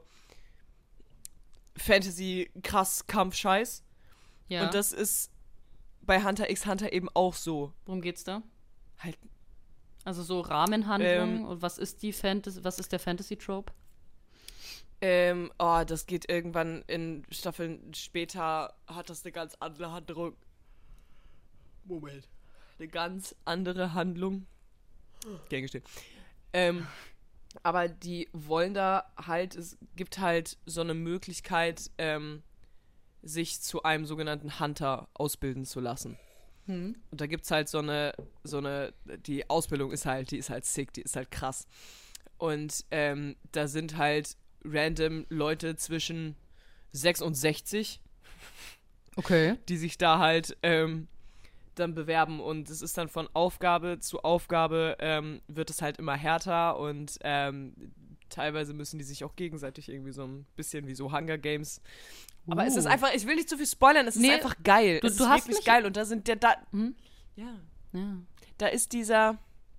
Fantasy, krass, Kampf-Scheiß. Ja. Und das ist bei Hunter x Hunter eben auch so. Worum geht's da? Halt, Also so Rahmenhandlung Ähm, und was ist die Fantasy, was ist der Fantasy-Trope? ähm, oh, das geht irgendwann in Staffeln später, hat das eine ganz andere Handlung. Moment. Eine ganz andere Handlung. Gern gestehen. Ähm, aber die wollen da halt, es gibt halt so eine Möglichkeit, ähm, sich zu einem sogenannten Hunter ausbilden zu lassen. Hm. Und da gibt's halt so eine, so eine, die Ausbildung ist halt, die ist halt sick, die ist halt krass. Und ähm, da sind halt random Leute zwischen sechs und sechzig, Okay. die sich da halt ähm, dann bewerben. Und es ist dann von Aufgabe zu Aufgabe ähm, wird es halt immer härter und ähm, teilweise müssen die sich auch gegenseitig irgendwie so ein bisschen wie so Hunger Games. Aber es ist Uh. einfach, ich will nicht zu viel spoilern, es Nee, ist einfach geil. du- es du ist hast wirklich mich- geil. Und da sind der, da, Hm? ja, Ja. da ist dieser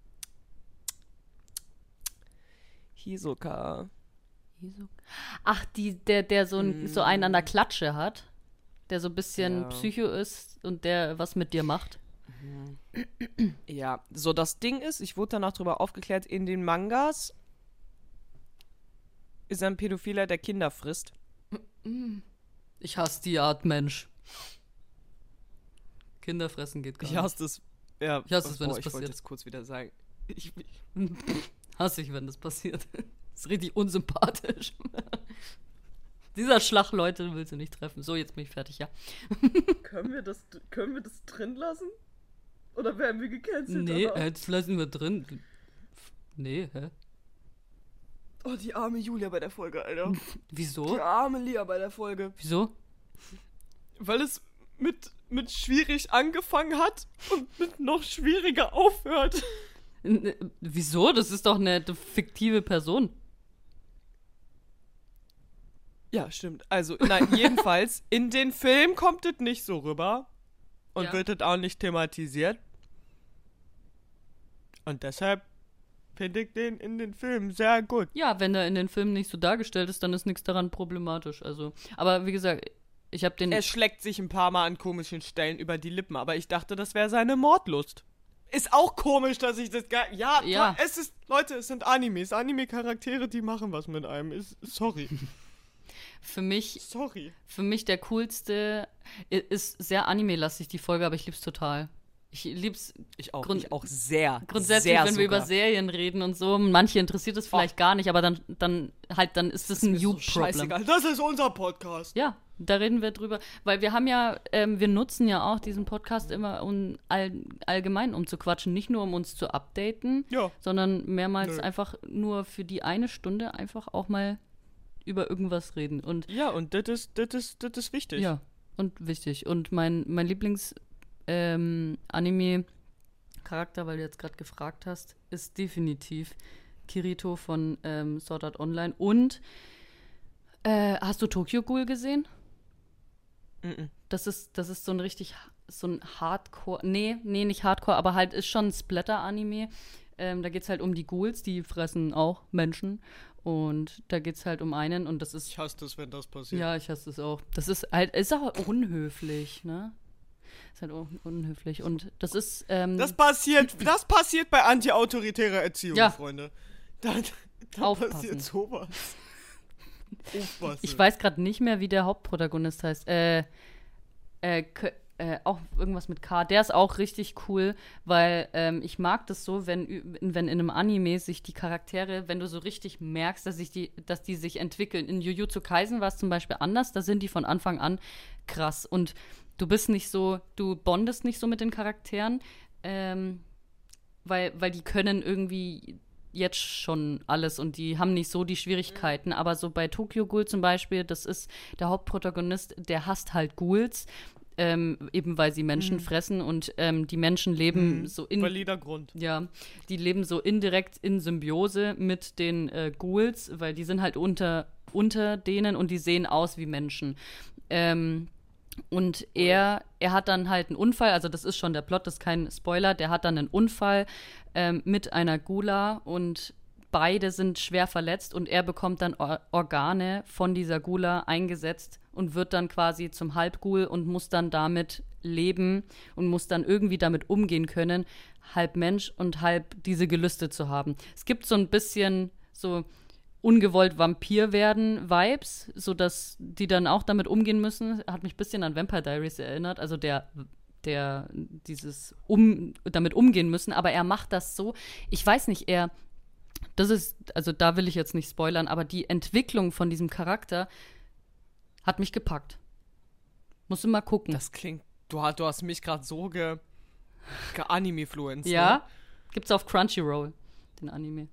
Hisoka. Wieso? Ach, die, der, der so, ein, so einen an der Klatsche hat, der so ein bisschen Ja. Psycho ist und der was mit dir macht. Ja, so das Ding ist, ich wurde danach darüber aufgeklärt, in den Mangas ist er ein Pädophiler, der Kinder frisst. Ich hasse die Art Mensch. Kinder fressen geht gar Ich hasse das. Ja, Ich hasse es, wenn boah, das ich wollte passiert. jetzt kurz wieder sagen. Ich, nicht. Hasse ich, wenn das passiert. Das ist richtig unsympathisch. Dieser Schlag, Leute, willst du nicht treffen. So, jetzt bin ich fertig, ja. können, wir das, können wir das drin lassen? Oder werden wir gecancelt? Nee, danach? äh, das lassen wir drin. Nee, hä? Oh, die arme Julia bei der Folge, Alter. Wieso? Die arme Lia bei der Folge. Wieso? Weil es mit, mit schwierig angefangen hat und mit noch schwieriger aufhört. N- äh, Wieso? Das ist doch eine fiktive Person. Ja, stimmt. Also, nein, jedenfalls, in den Film kommt es nicht so rüber. Und Ja. wird es auch nicht thematisiert. Und deshalb finde ich den in den Film sehr gut. Ja, wenn er in den Filmen nicht so dargestellt ist, dann ist nichts daran problematisch. Also, aber wie gesagt, ich habe den. Er schlägt sich ein paar Mal an komischen Stellen über die Lippen, aber ich dachte, das wäre seine Mordlust. Ist auch komisch, dass ich das gar. Ja, Ja. to- es ist. Leute, es sind Animes. Anime-Charaktere, die machen was mit einem. Ist, sorry. Für mich, Sorry. für mich der coolste i- ist sehr anime-lastig die Folge, aber ich lieb's total. Ich lieb's Ich auch. Grund- ich auch sehr. grundsätzlich, sehr wenn wir über sogar. Serien reden und so. Manche interessiert es vielleicht gar nicht, aber dann, dann halt, dann ist das ein Ist so You-Problem. scheißegal. Das ist unser Podcast. Ja, da reden wir drüber. Weil wir haben ja, ähm, wir nutzen ja auch diesen Podcast immer, um all, allgemein um zu quatschen. Nicht nur, um uns zu updaten, Ja. sondern mehrmals Nö. einfach nur für die eine Stunde einfach auch mal über irgendwas reden. Und Ja, und das ist, das ist, das ist wichtig. ja, und wichtig. Und mein, mein Lieblings-Anime-Charakter, weil du jetzt gerade gefragt hast, ist definitiv Kirito von ähm, Sword Art Online. Und äh, hast du Tokyo Ghoul gesehen? Mhm. Das ist, das ist so ein richtig, so ein Hardcore, nee, nee, nicht Hardcore, aber halt ist schon ein Splatter-Anime. Ähm, da geht's halt um die Ghouls, die fressen auch Menschen. Und da geht's halt um einen und das ist, Ich hasse das, wenn das passiert. ja, ich hasse es auch. Das ist halt, ist auch unhöflich, ne? Ist halt un unhöflich. Und das ist, ähm, Das passiert, das passiert bei antiautoritärer Erziehung, Ja. Freunde. Da, da Aufpassen. passiert sowas. Aufpassen. ich weiß gerade nicht mehr, wie der Hauptprotagonist heißt. Äh, äh, K äh, auch irgendwas mit K. Der ist auch richtig cool, weil ähm, ich mag das so, wenn, ü- wenn in einem Anime sich die Charaktere, wenn du so richtig merkst, dass, sich die, dass die sich entwickeln. In Jujutsu Kaisen war es zum Beispiel anders, da sind die von Anfang an krass. Und du bist nicht so, du bondest nicht so mit den Charakteren, ähm, weil, weil die können irgendwie jetzt schon alles und die haben nicht so die Schwierigkeiten. Aber so bei Tokyo Ghoul zum Beispiel, das ist der Hauptprotagonist, der hasst halt Ghouls, ähm, eben weil sie Menschen fressen und ähm, die Menschen leben Mhm. so in Valider Grund. ja, die leben so indirekt in Symbiose mit den äh, Ghouls, weil die sind halt unter, unter denen und die sehen aus wie Menschen. Ähm, und er, er hat dann halt einen Unfall, also das ist schon der Plot, das ist kein Spoiler, der hat dann einen Unfall ähm, mit einer Gula und beide sind schwer verletzt und er bekommt dann Or Organe von dieser Gula eingesetzt und wird dann quasi zum Halbghoul und muss dann damit leben und muss dann irgendwie damit umgehen können, halb Mensch und halb diese Gelüste zu haben. Es gibt so ein bisschen so ungewollt Vampir werden Vibes, sodass die dann auch damit umgehen müssen. Hat mich ein bisschen an Vampire Diaries erinnert, also der der dieses um damit umgehen müssen, aber er macht das so, ich weiß nicht, er das ist, also da will ich jetzt nicht spoilern, aber die Entwicklung von diesem Charakter hat mich gepackt. Musst du mal gucken. Das klingt, du, hast- du hast mich gerade so ge, ge-Anime-fluenced. ja, Ne? gibt's auf Crunchyroll, den Anime.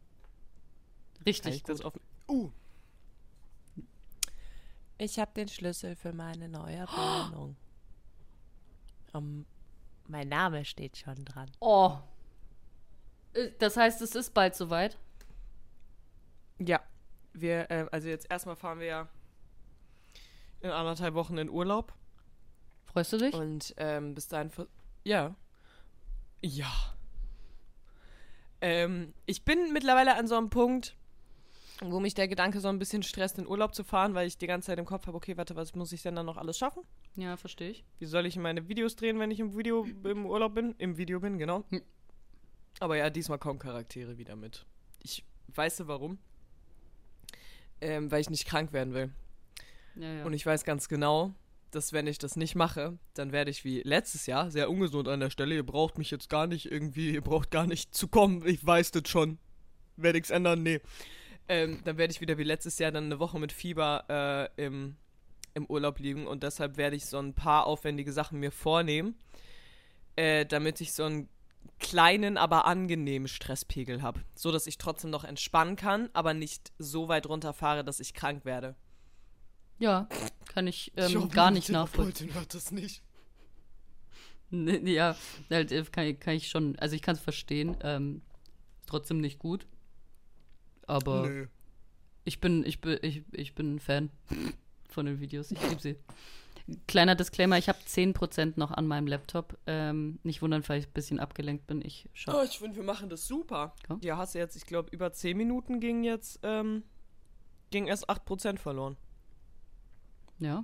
Kann Richtig ich das gut. auf, Uh, Ich habe den Schlüssel für meine neue Wohnung. Um, mein Name steht schon dran. Oh. Äh, Das heißt, es ist bald soweit. ja, wir, äh, also jetzt erstmal fahren wir ja in anderthalb Wochen in Urlaub. Freust du dich? Und ähm, bis dahin. ver- Ja. Ja. Ähm, ich bin mittlerweile an so einem Punkt, wo mich der Gedanke so ein bisschen stresst, in Urlaub zu fahren, weil ich die ganze Zeit im Kopf habe, okay, warte, was muss ich denn dann noch alles schaffen? Ja, verstehe ich. Wie soll ich meine Videos drehen, wenn ich im Video im Urlaub bin? Im Video bin, genau. Hm. Aber ja, diesmal kommen Charaktere wieder mit. Ich weiß warum. Ähm, weil ich nicht krank werden will. Ja, ja. Und ich weiß ganz genau, dass wenn ich das nicht mache, dann werde ich wie letztes Jahr sehr ungesund an der Stelle. Ihr braucht mich jetzt gar nicht irgendwie, ihr braucht gar nicht zu kommen. Ich weiß das schon. Werde ich's ändern? Nee. Ähm, dann werde ich wieder wie letztes Jahr dann eine Woche mit Fieber äh, im, im Urlaub liegen. Und deshalb werde ich so ein paar aufwendige Sachen mir vornehmen, äh, damit ich so einen kleinen, aber angenehmen Stresspegel habe. So, dass ich trotzdem noch entspannen kann, aber nicht so weit runterfahre, dass ich krank werde. ja, kann ich ich ähm, hoffe, gar meine nicht nachvollziehen. Therapeutin hört das nicht. Nee, ja, halt, äh, kann, kann ich schon, also ich kann es verstehen. Ähm, trotzdem nicht gut. Aber Nö. ich bin, ich bin, ich, ich bin ein Fan von den Videos. Ich liebe sie. Kleiner Disclaimer, ich habe zehn Prozent noch an meinem Laptop. Ähm, nicht wundern, weil ich ein bisschen abgelenkt bin. Ich Oh, schau. ich finde, wir machen das super. Ja. Ja, hast du jetzt, ich glaube, über zehn Minuten ging jetzt, ähm, ging erst acht Prozent verloren. Ja,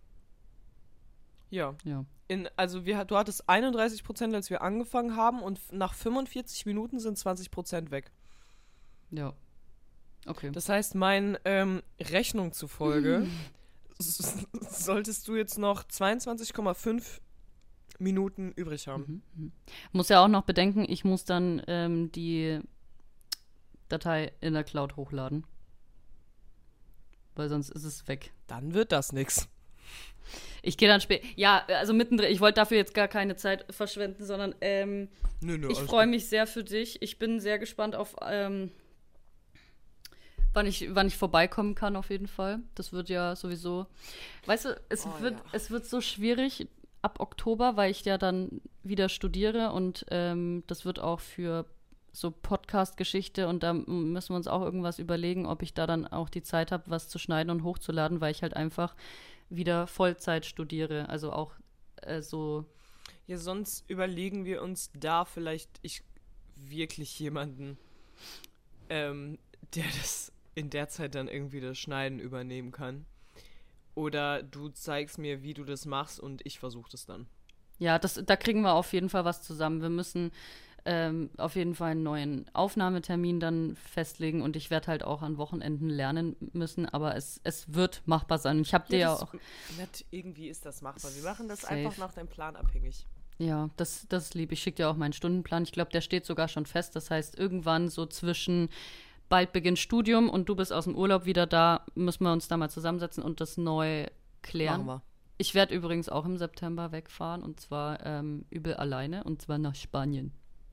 Ja. ja. In, also wir, du hattest einunddreißig Prozent, als wir angefangen haben, und f- nach fünfundvierzig Minuten sind zwanzig Prozent weg. Ja. Okay. Das heißt, mein ähm, Rechnung zufolge s- solltest du jetzt noch zweiundzwanzig Komma fünf Minuten übrig haben. Mhm. mhm. Muss ja auch noch bedenken, ich muss dann ähm, die Datei in der Cloud hochladen. Weil sonst ist es weg. Dann wird das nix. Ich gehe dann später. Ja, also mittendrin. Ich wollte dafür jetzt gar keine Zeit verschwenden, sondern ähm, Nö, nö, ich alles freue gut. mich sehr für dich. Ich bin sehr gespannt auf, ähm, wann ich, wann ich vorbeikommen kann, auf jeden Fall. Das wird ja sowieso. Weißt du, es, Oh, wird, ja. es wird so schwierig ab Oktober, weil ich ja dann wieder studiere und ähm, das wird auch für so Podcast-Geschichte und da m- müssen wir uns auch irgendwas überlegen, ob ich da dann auch die Zeit habe, was zu schneiden und hochzuladen, weil ich halt einfach wieder Vollzeit studiere. Also auch äh, so. Ja, sonst überlegen wir uns da vielleicht ich wirklich jemanden, ähm, der das in der Zeit dann irgendwie das Schneiden übernehmen kann. Oder du zeigst mir, wie du das machst und ich versuche das dann. Ja, das, da kriegen wir auf jeden Fall was zusammen. Wir müssen ähm, auf jeden Fall einen neuen Aufnahmetermin dann festlegen und ich werde halt auch an Wochenenden lernen müssen, aber es, es wird machbar sein. Ich habe dir ja das, auch. Nat, irgendwie ist das machbar. Wir machen das Safe. einfach nach deinem Plan abhängig. Ja, das, das ist lieb. Ich schicke dir auch meinen Stundenplan. Ich glaube, der steht sogar schon fest. Das heißt, irgendwann so zwischen bald beginnt Studium und du bist aus dem Urlaub wieder da, müssen wir uns da mal zusammensetzen und das neu klären. Machen wir. Ich werde übrigens auch im September wegfahren und zwar ähm, übel alleine und zwar nach Spanien.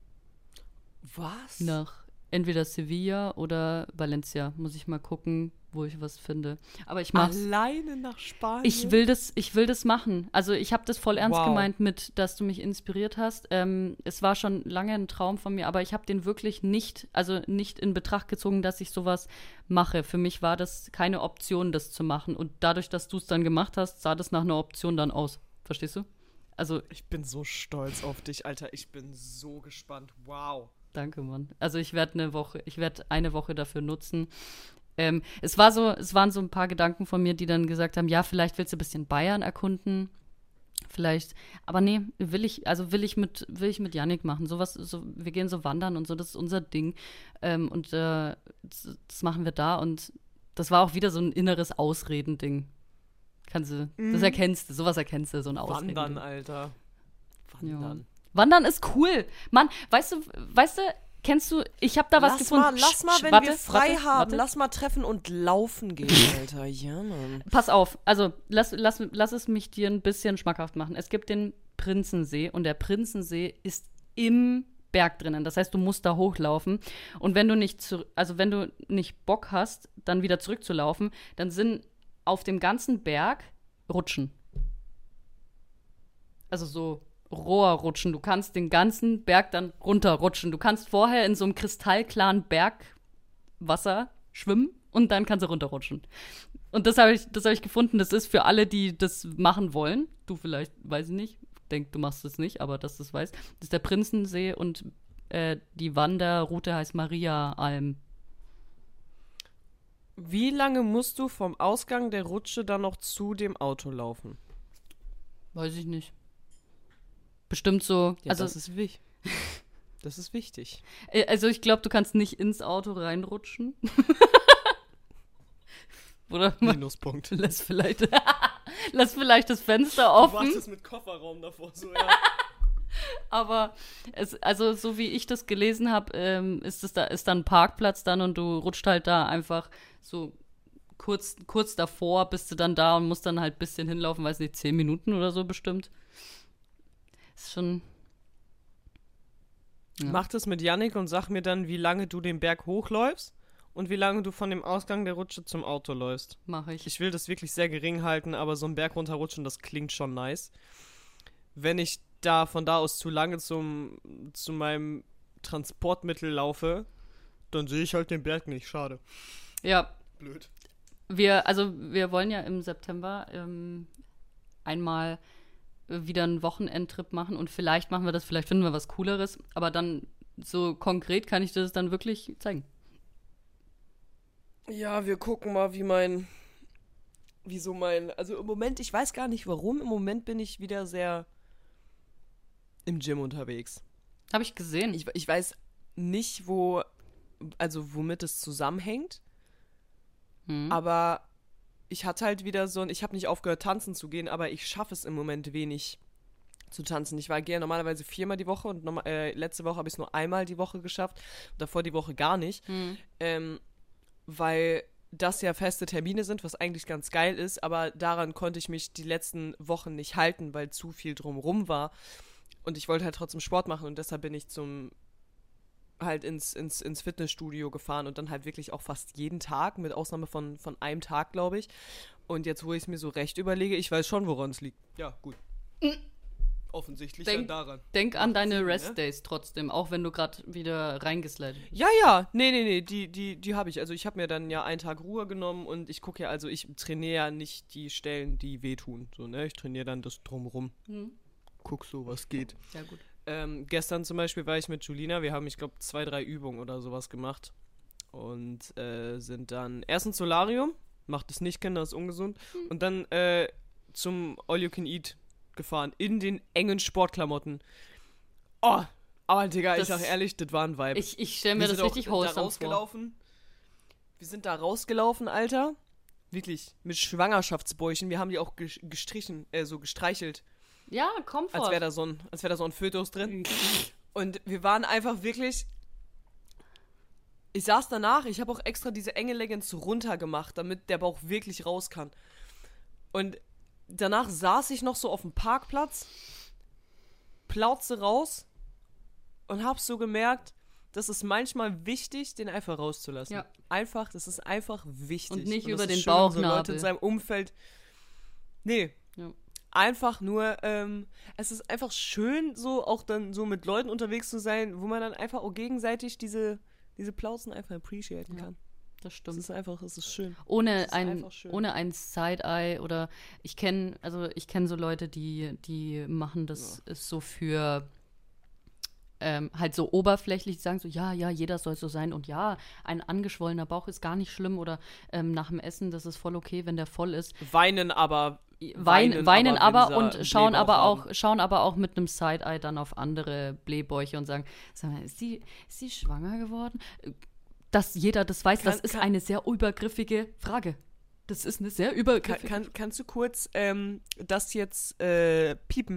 Was? Nach entweder Sevilla oder Valencia. Muss ich mal gucken, wo ich was finde. Aber ich mach's. Alleine nach Spanien? Ich will das, ich will das machen. Also ich habe das voll ernst Wow. gemeint mit, dass du mich inspiriert hast. Ähm, es war schon lange ein Traum von mir, aber ich habe den wirklich nicht, also nicht in Betracht gezogen, dass ich sowas mache. Für mich war das keine Option, das zu machen. Und dadurch, dass du es dann gemacht hast, sah das nach einer Option dann aus. Verstehst du? Also Ich bin so stolz auf dich, Alter. Ich bin so gespannt. Wow. danke, Mann. Also ich werde eine Woche, ich werde eine Woche dafür nutzen. Ähm, es war so, es waren so ein paar Gedanken von mir, die dann gesagt haben, ja, vielleicht willst du ein bisschen Bayern erkunden. Vielleicht, aber nee, will ich, also will ich mit, will ich mit Yannick machen. Sowas, so, wir gehen so wandern und so, das ist unser Ding. Ähm, und äh, das, das machen wir da und das war auch wieder so ein inneres Ausredending. Kannst du, das erkennst du, sowas erkennst du, so ein Ausredending. Wandern, Alter. Wandern. Wandern ist cool. Mann, weißt du, weißt du, kennst du, ich habe da was lass gefunden. Mal, lass mal, Sch- wenn warte, wir frei warte, haben, warte. lass mal treffen und laufen gehen, Alter. Ja, Mann. Pass auf, also lass, lass, lass es mich dir ein bisschen schmackhaft machen. Es gibt den Prinzensee und der Prinzensee ist im Berg drinnen. Das heißt, du musst da hochlaufen. Und wenn du nicht, zu, also wenn du nicht Bock hast, dann wieder zurückzulaufen, dann sind auf dem ganzen Berg Rutschen. Also so Rohrrutschen. Du kannst den ganzen Berg dann runterrutschen. Du kannst vorher in so einem kristallklaren Bergwasser schwimmen und dann kannst du runterrutschen. Und das habe ich, das hab ich gefunden. Das ist für alle, die das machen wollen. Du vielleicht, weiß ich nicht. Denk, du machst es nicht, aber dass du es weißt. Das ist der Prinzensee und äh, die Wanderroute heißt Mariaalm. Wie lange musst du vom Ausgang der Rutsche dann noch zu dem Auto laufen? Weiß ich nicht. Bestimmt so. Ja, also, das ist wichtig. Das ist wichtig. äh, also ich glaube, du kannst nicht ins Auto reinrutschen. Oder man Minuspunkt. lässt vielleicht, lass vielleicht das Fenster offen. mit Kofferraum davor, so, ja. Aber es, also so wie ich das gelesen habe, ähm, ist es da ist dann ein Parkplatz dann und du rutscht halt da einfach so kurz, kurz davor, bist du dann da und musst dann halt ein bisschen hinlaufen, weiß nicht, zehn Minuten oder so bestimmt. Ist schon. Ja. Mach das mit Yannick und sag mir dann, wie lange du den Berg hochläufst und wie lange du von dem Ausgang der Rutsche zum Auto läufst. Mache ich. Ich will das wirklich sehr gering halten, aber so einen Berg runterrutschen, das klingt schon nice. Wenn ich da von da aus zu lange zum, zu meinem Transportmittel laufe, dann sehe ich halt den Berg nicht. Schade. Ja, Blöd. wir, also wir wollen ja im September ähm, einmal wieder einen Wochenendtrip machen und vielleicht machen wir das, vielleicht finden wir was Cooleres, aber dann so konkret kann ich das dann wirklich zeigen. Ja, wir gucken mal, wie mein, wie so mein, also im Moment, ich weiß gar nicht warum, im Moment bin ich wieder sehr im Gym unterwegs. Habe ich gesehen. Ich, ich weiß nicht, wo, also womit es zusammenhängt, Hm. aber ich hatte halt wieder so ein, ich habe nicht aufgehört tanzen zu gehen, aber ich schaffe es im Moment wenig zu tanzen. Ich war gehe normalerweise viermal die Woche und norma- äh, letzte Woche habe ich es nur einmal die Woche geschafft, davor die Woche gar nicht, Hm. ähm, weil das ja feste Termine sind, was eigentlich ganz geil ist, aber daran konnte ich mich die letzten Wochen nicht halten, weil zu viel drumrum war und ich wollte halt trotzdem Sport machen und deshalb bin ich zum halt ins, ins, ins Fitnessstudio gefahren und dann halt wirklich auch fast jeden Tag, mit Ausnahme von, von einem Tag, glaube ich. Und jetzt, wo ich es mir so recht überlege, ich weiß schon, woran es liegt. Ja, gut. offensichtlich Denk- dann daran. Denk an Macht deine Sinn, ne? Rest-Days trotzdem, auch wenn du gerade wieder reingeslidet bist. Ja, ja, nee, nee, nee, die, die, die habe ich. Also ich habe mir dann ja einen Tag Ruhe genommen und ich gucke ja, also ich trainiere ja nicht die Stellen, die wehtun. So, ne? Ich trainiere dann das Drumrum. Hm. Guck so, was geht. Sehr gut. Ähm, gestern zum Beispiel war ich mit Julina, wir haben, ich glaube, zwei, drei Übungen oder sowas gemacht. Und äh, sind dann erst ins Solarium, macht es nicht, Kinder, ist ungesund. Hm. Und dann äh, zum All You Can Eat gefahren, in den engen Sportklamotten. Oh, aber Digga, Das- ich sag ehrlich, das war ein Vibe. Ich, ich stelle mir Wir das sind auch richtig da wholesome vor. rausgelaufen. Wir sind da rausgelaufen, Alter. Wirklich, mit Schwangerschaftsbäuchen. Wir haben die auch ges- gestrichen, äh, so gestreichelt. Ja, Komfort. Als wäre da so ein, als wäre da so ein Fötus drin. Und wir waren einfach wirklich. Ich saß danach, ich habe auch extra diese enge Leggings runtergemacht, damit der Bauch wirklich raus kann. Und danach saß ich noch so auf dem Parkplatz, plauzte raus und hab so gemerkt, das ist manchmal wichtig, den einfach rauszulassen. Ja. Einfach, das ist einfach wichtig. Und nicht das über ist den schön, wenn so Leute Bauchnabel. in seinem Umfeld. Nee. Ja. Einfach nur, ähm, es ist einfach schön, so auch dann so mit Leuten unterwegs zu sein, wo man dann einfach auch gegenseitig diese, diese Plauzen einfach appreciaten Ja. kann. Das Das stimmt. ist einfach, es ist schön. Ohne Das ist ein, einfach schön. ohne ein Side-Eye oder ich kenne, also ich kenne so Leute, die, die machen das ist so für ähm, halt so oberflächlich, die sagen so, ja, ja, jeder soll so sein und ja, ein angeschwollener Bauch ist gar nicht schlimm oder ähm, nach dem Essen, das ist voll okay, wenn der voll ist. Weinen aber. Weinen, weinen aber, aber, wenn sie und einen schauen Blähbauch aber haben. auch, schauen aber auch mit einem Side-Eye dann auf andere Blähbäuche und sagen, sag mal, ist sie, ist sie schwanger geworden? Dass jeder das weiß, Kann- das ist kann- eine sehr übergriffige Frage. Das ist eine sehr Kann, übergriffige kann, kannst du kurz ähm, das jetzt äh, piepen?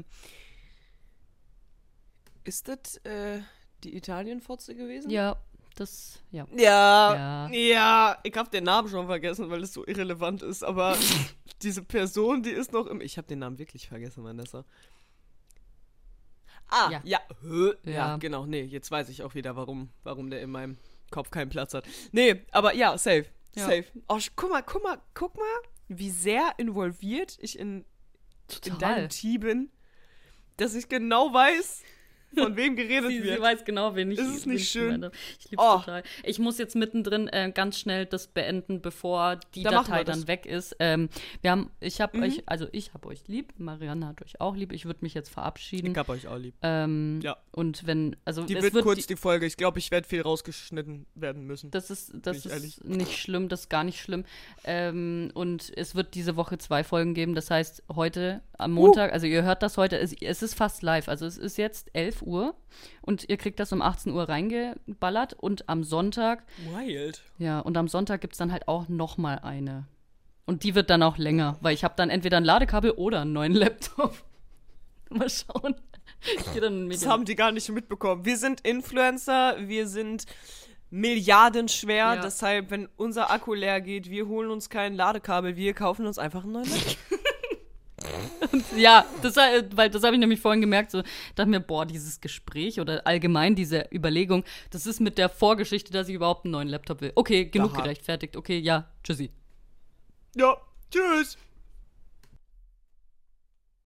Ist das äh, die Italien-Fotze gewesen? Ja, das, ja. Ja, Ja. ja, ich habe den Namen schon vergessen, weil es so irrelevant ist, aber diese Person, die ist noch im... Ich habe den Namen wirklich vergessen, Vanessa. Ah, Ja. ja, hö, ja, Ja. genau, nee, jetzt weiß ich auch wieder, warum, warum der in meinem Kopf keinen Platz hat. Nee, aber ja, safe, Ja. safe. Oh, sch- guck mal, guck mal, guck mal, wie sehr involviert ich in, in Total. deinem Team bin, dass ich genau weiß, von wem geredet Sie, wird. sie weiß genau, wen ich Ist es wen nicht ich schön? gemeint habe. Ich liebe es Oh. total. Ich muss jetzt mittendrin äh, ganz schnell das beenden, bevor die Dann machen Datei wir das. dann weg ist. Ähm, wir haben, ich habe Mhm. euch, also ich habe euch lieb, Marianne hat euch auch lieb. Ich würde mich jetzt verabschieden. Ich hab euch auch lieb. Ähm, Ja. Und wenn, also Die es wird wird kurz, die, die Folge. Ich glaube, ich werde viel rausgeschnitten werden müssen. das ist, das ich ist ehrlich. nicht schlimm, das ist gar nicht schlimm. Ähm, und es wird diese Woche zwei Folgen geben. Das heißt, heute am Montag, also ihr hört das heute, es, es ist fast live. Also es ist jetzt elf Uhr und ihr kriegt das um achtzehn Uhr reingeballert. Und am Sonntag, Wild. ja, und am Sonntag gibt es dann halt auch noch mal eine. Und die wird dann auch länger, weil ich habe dann entweder ein Ladekabel oder einen neuen Laptop. Mal schauen. Ich gehe dann mit Das haben die gar nicht mitbekommen. Wir sind Influencer, wir sind milliardenschwer, Ja. deshalb, wenn unser Akku leer geht, wir holen uns kein Ladekabel, wir kaufen uns einfach einen neuen Laptop. Ja, das, äh, weil das habe ich nämlich vorhin gemerkt, so dachte mir, boah, dieses Gespräch oder allgemein diese Überlegung, das ist mit der Vorgeschichte, dass ich überhaupt einen neuen Laptop will. Okay, genug Aha. gerechtfertigt. Okay, ja, tschüssi. Ja, tschüss.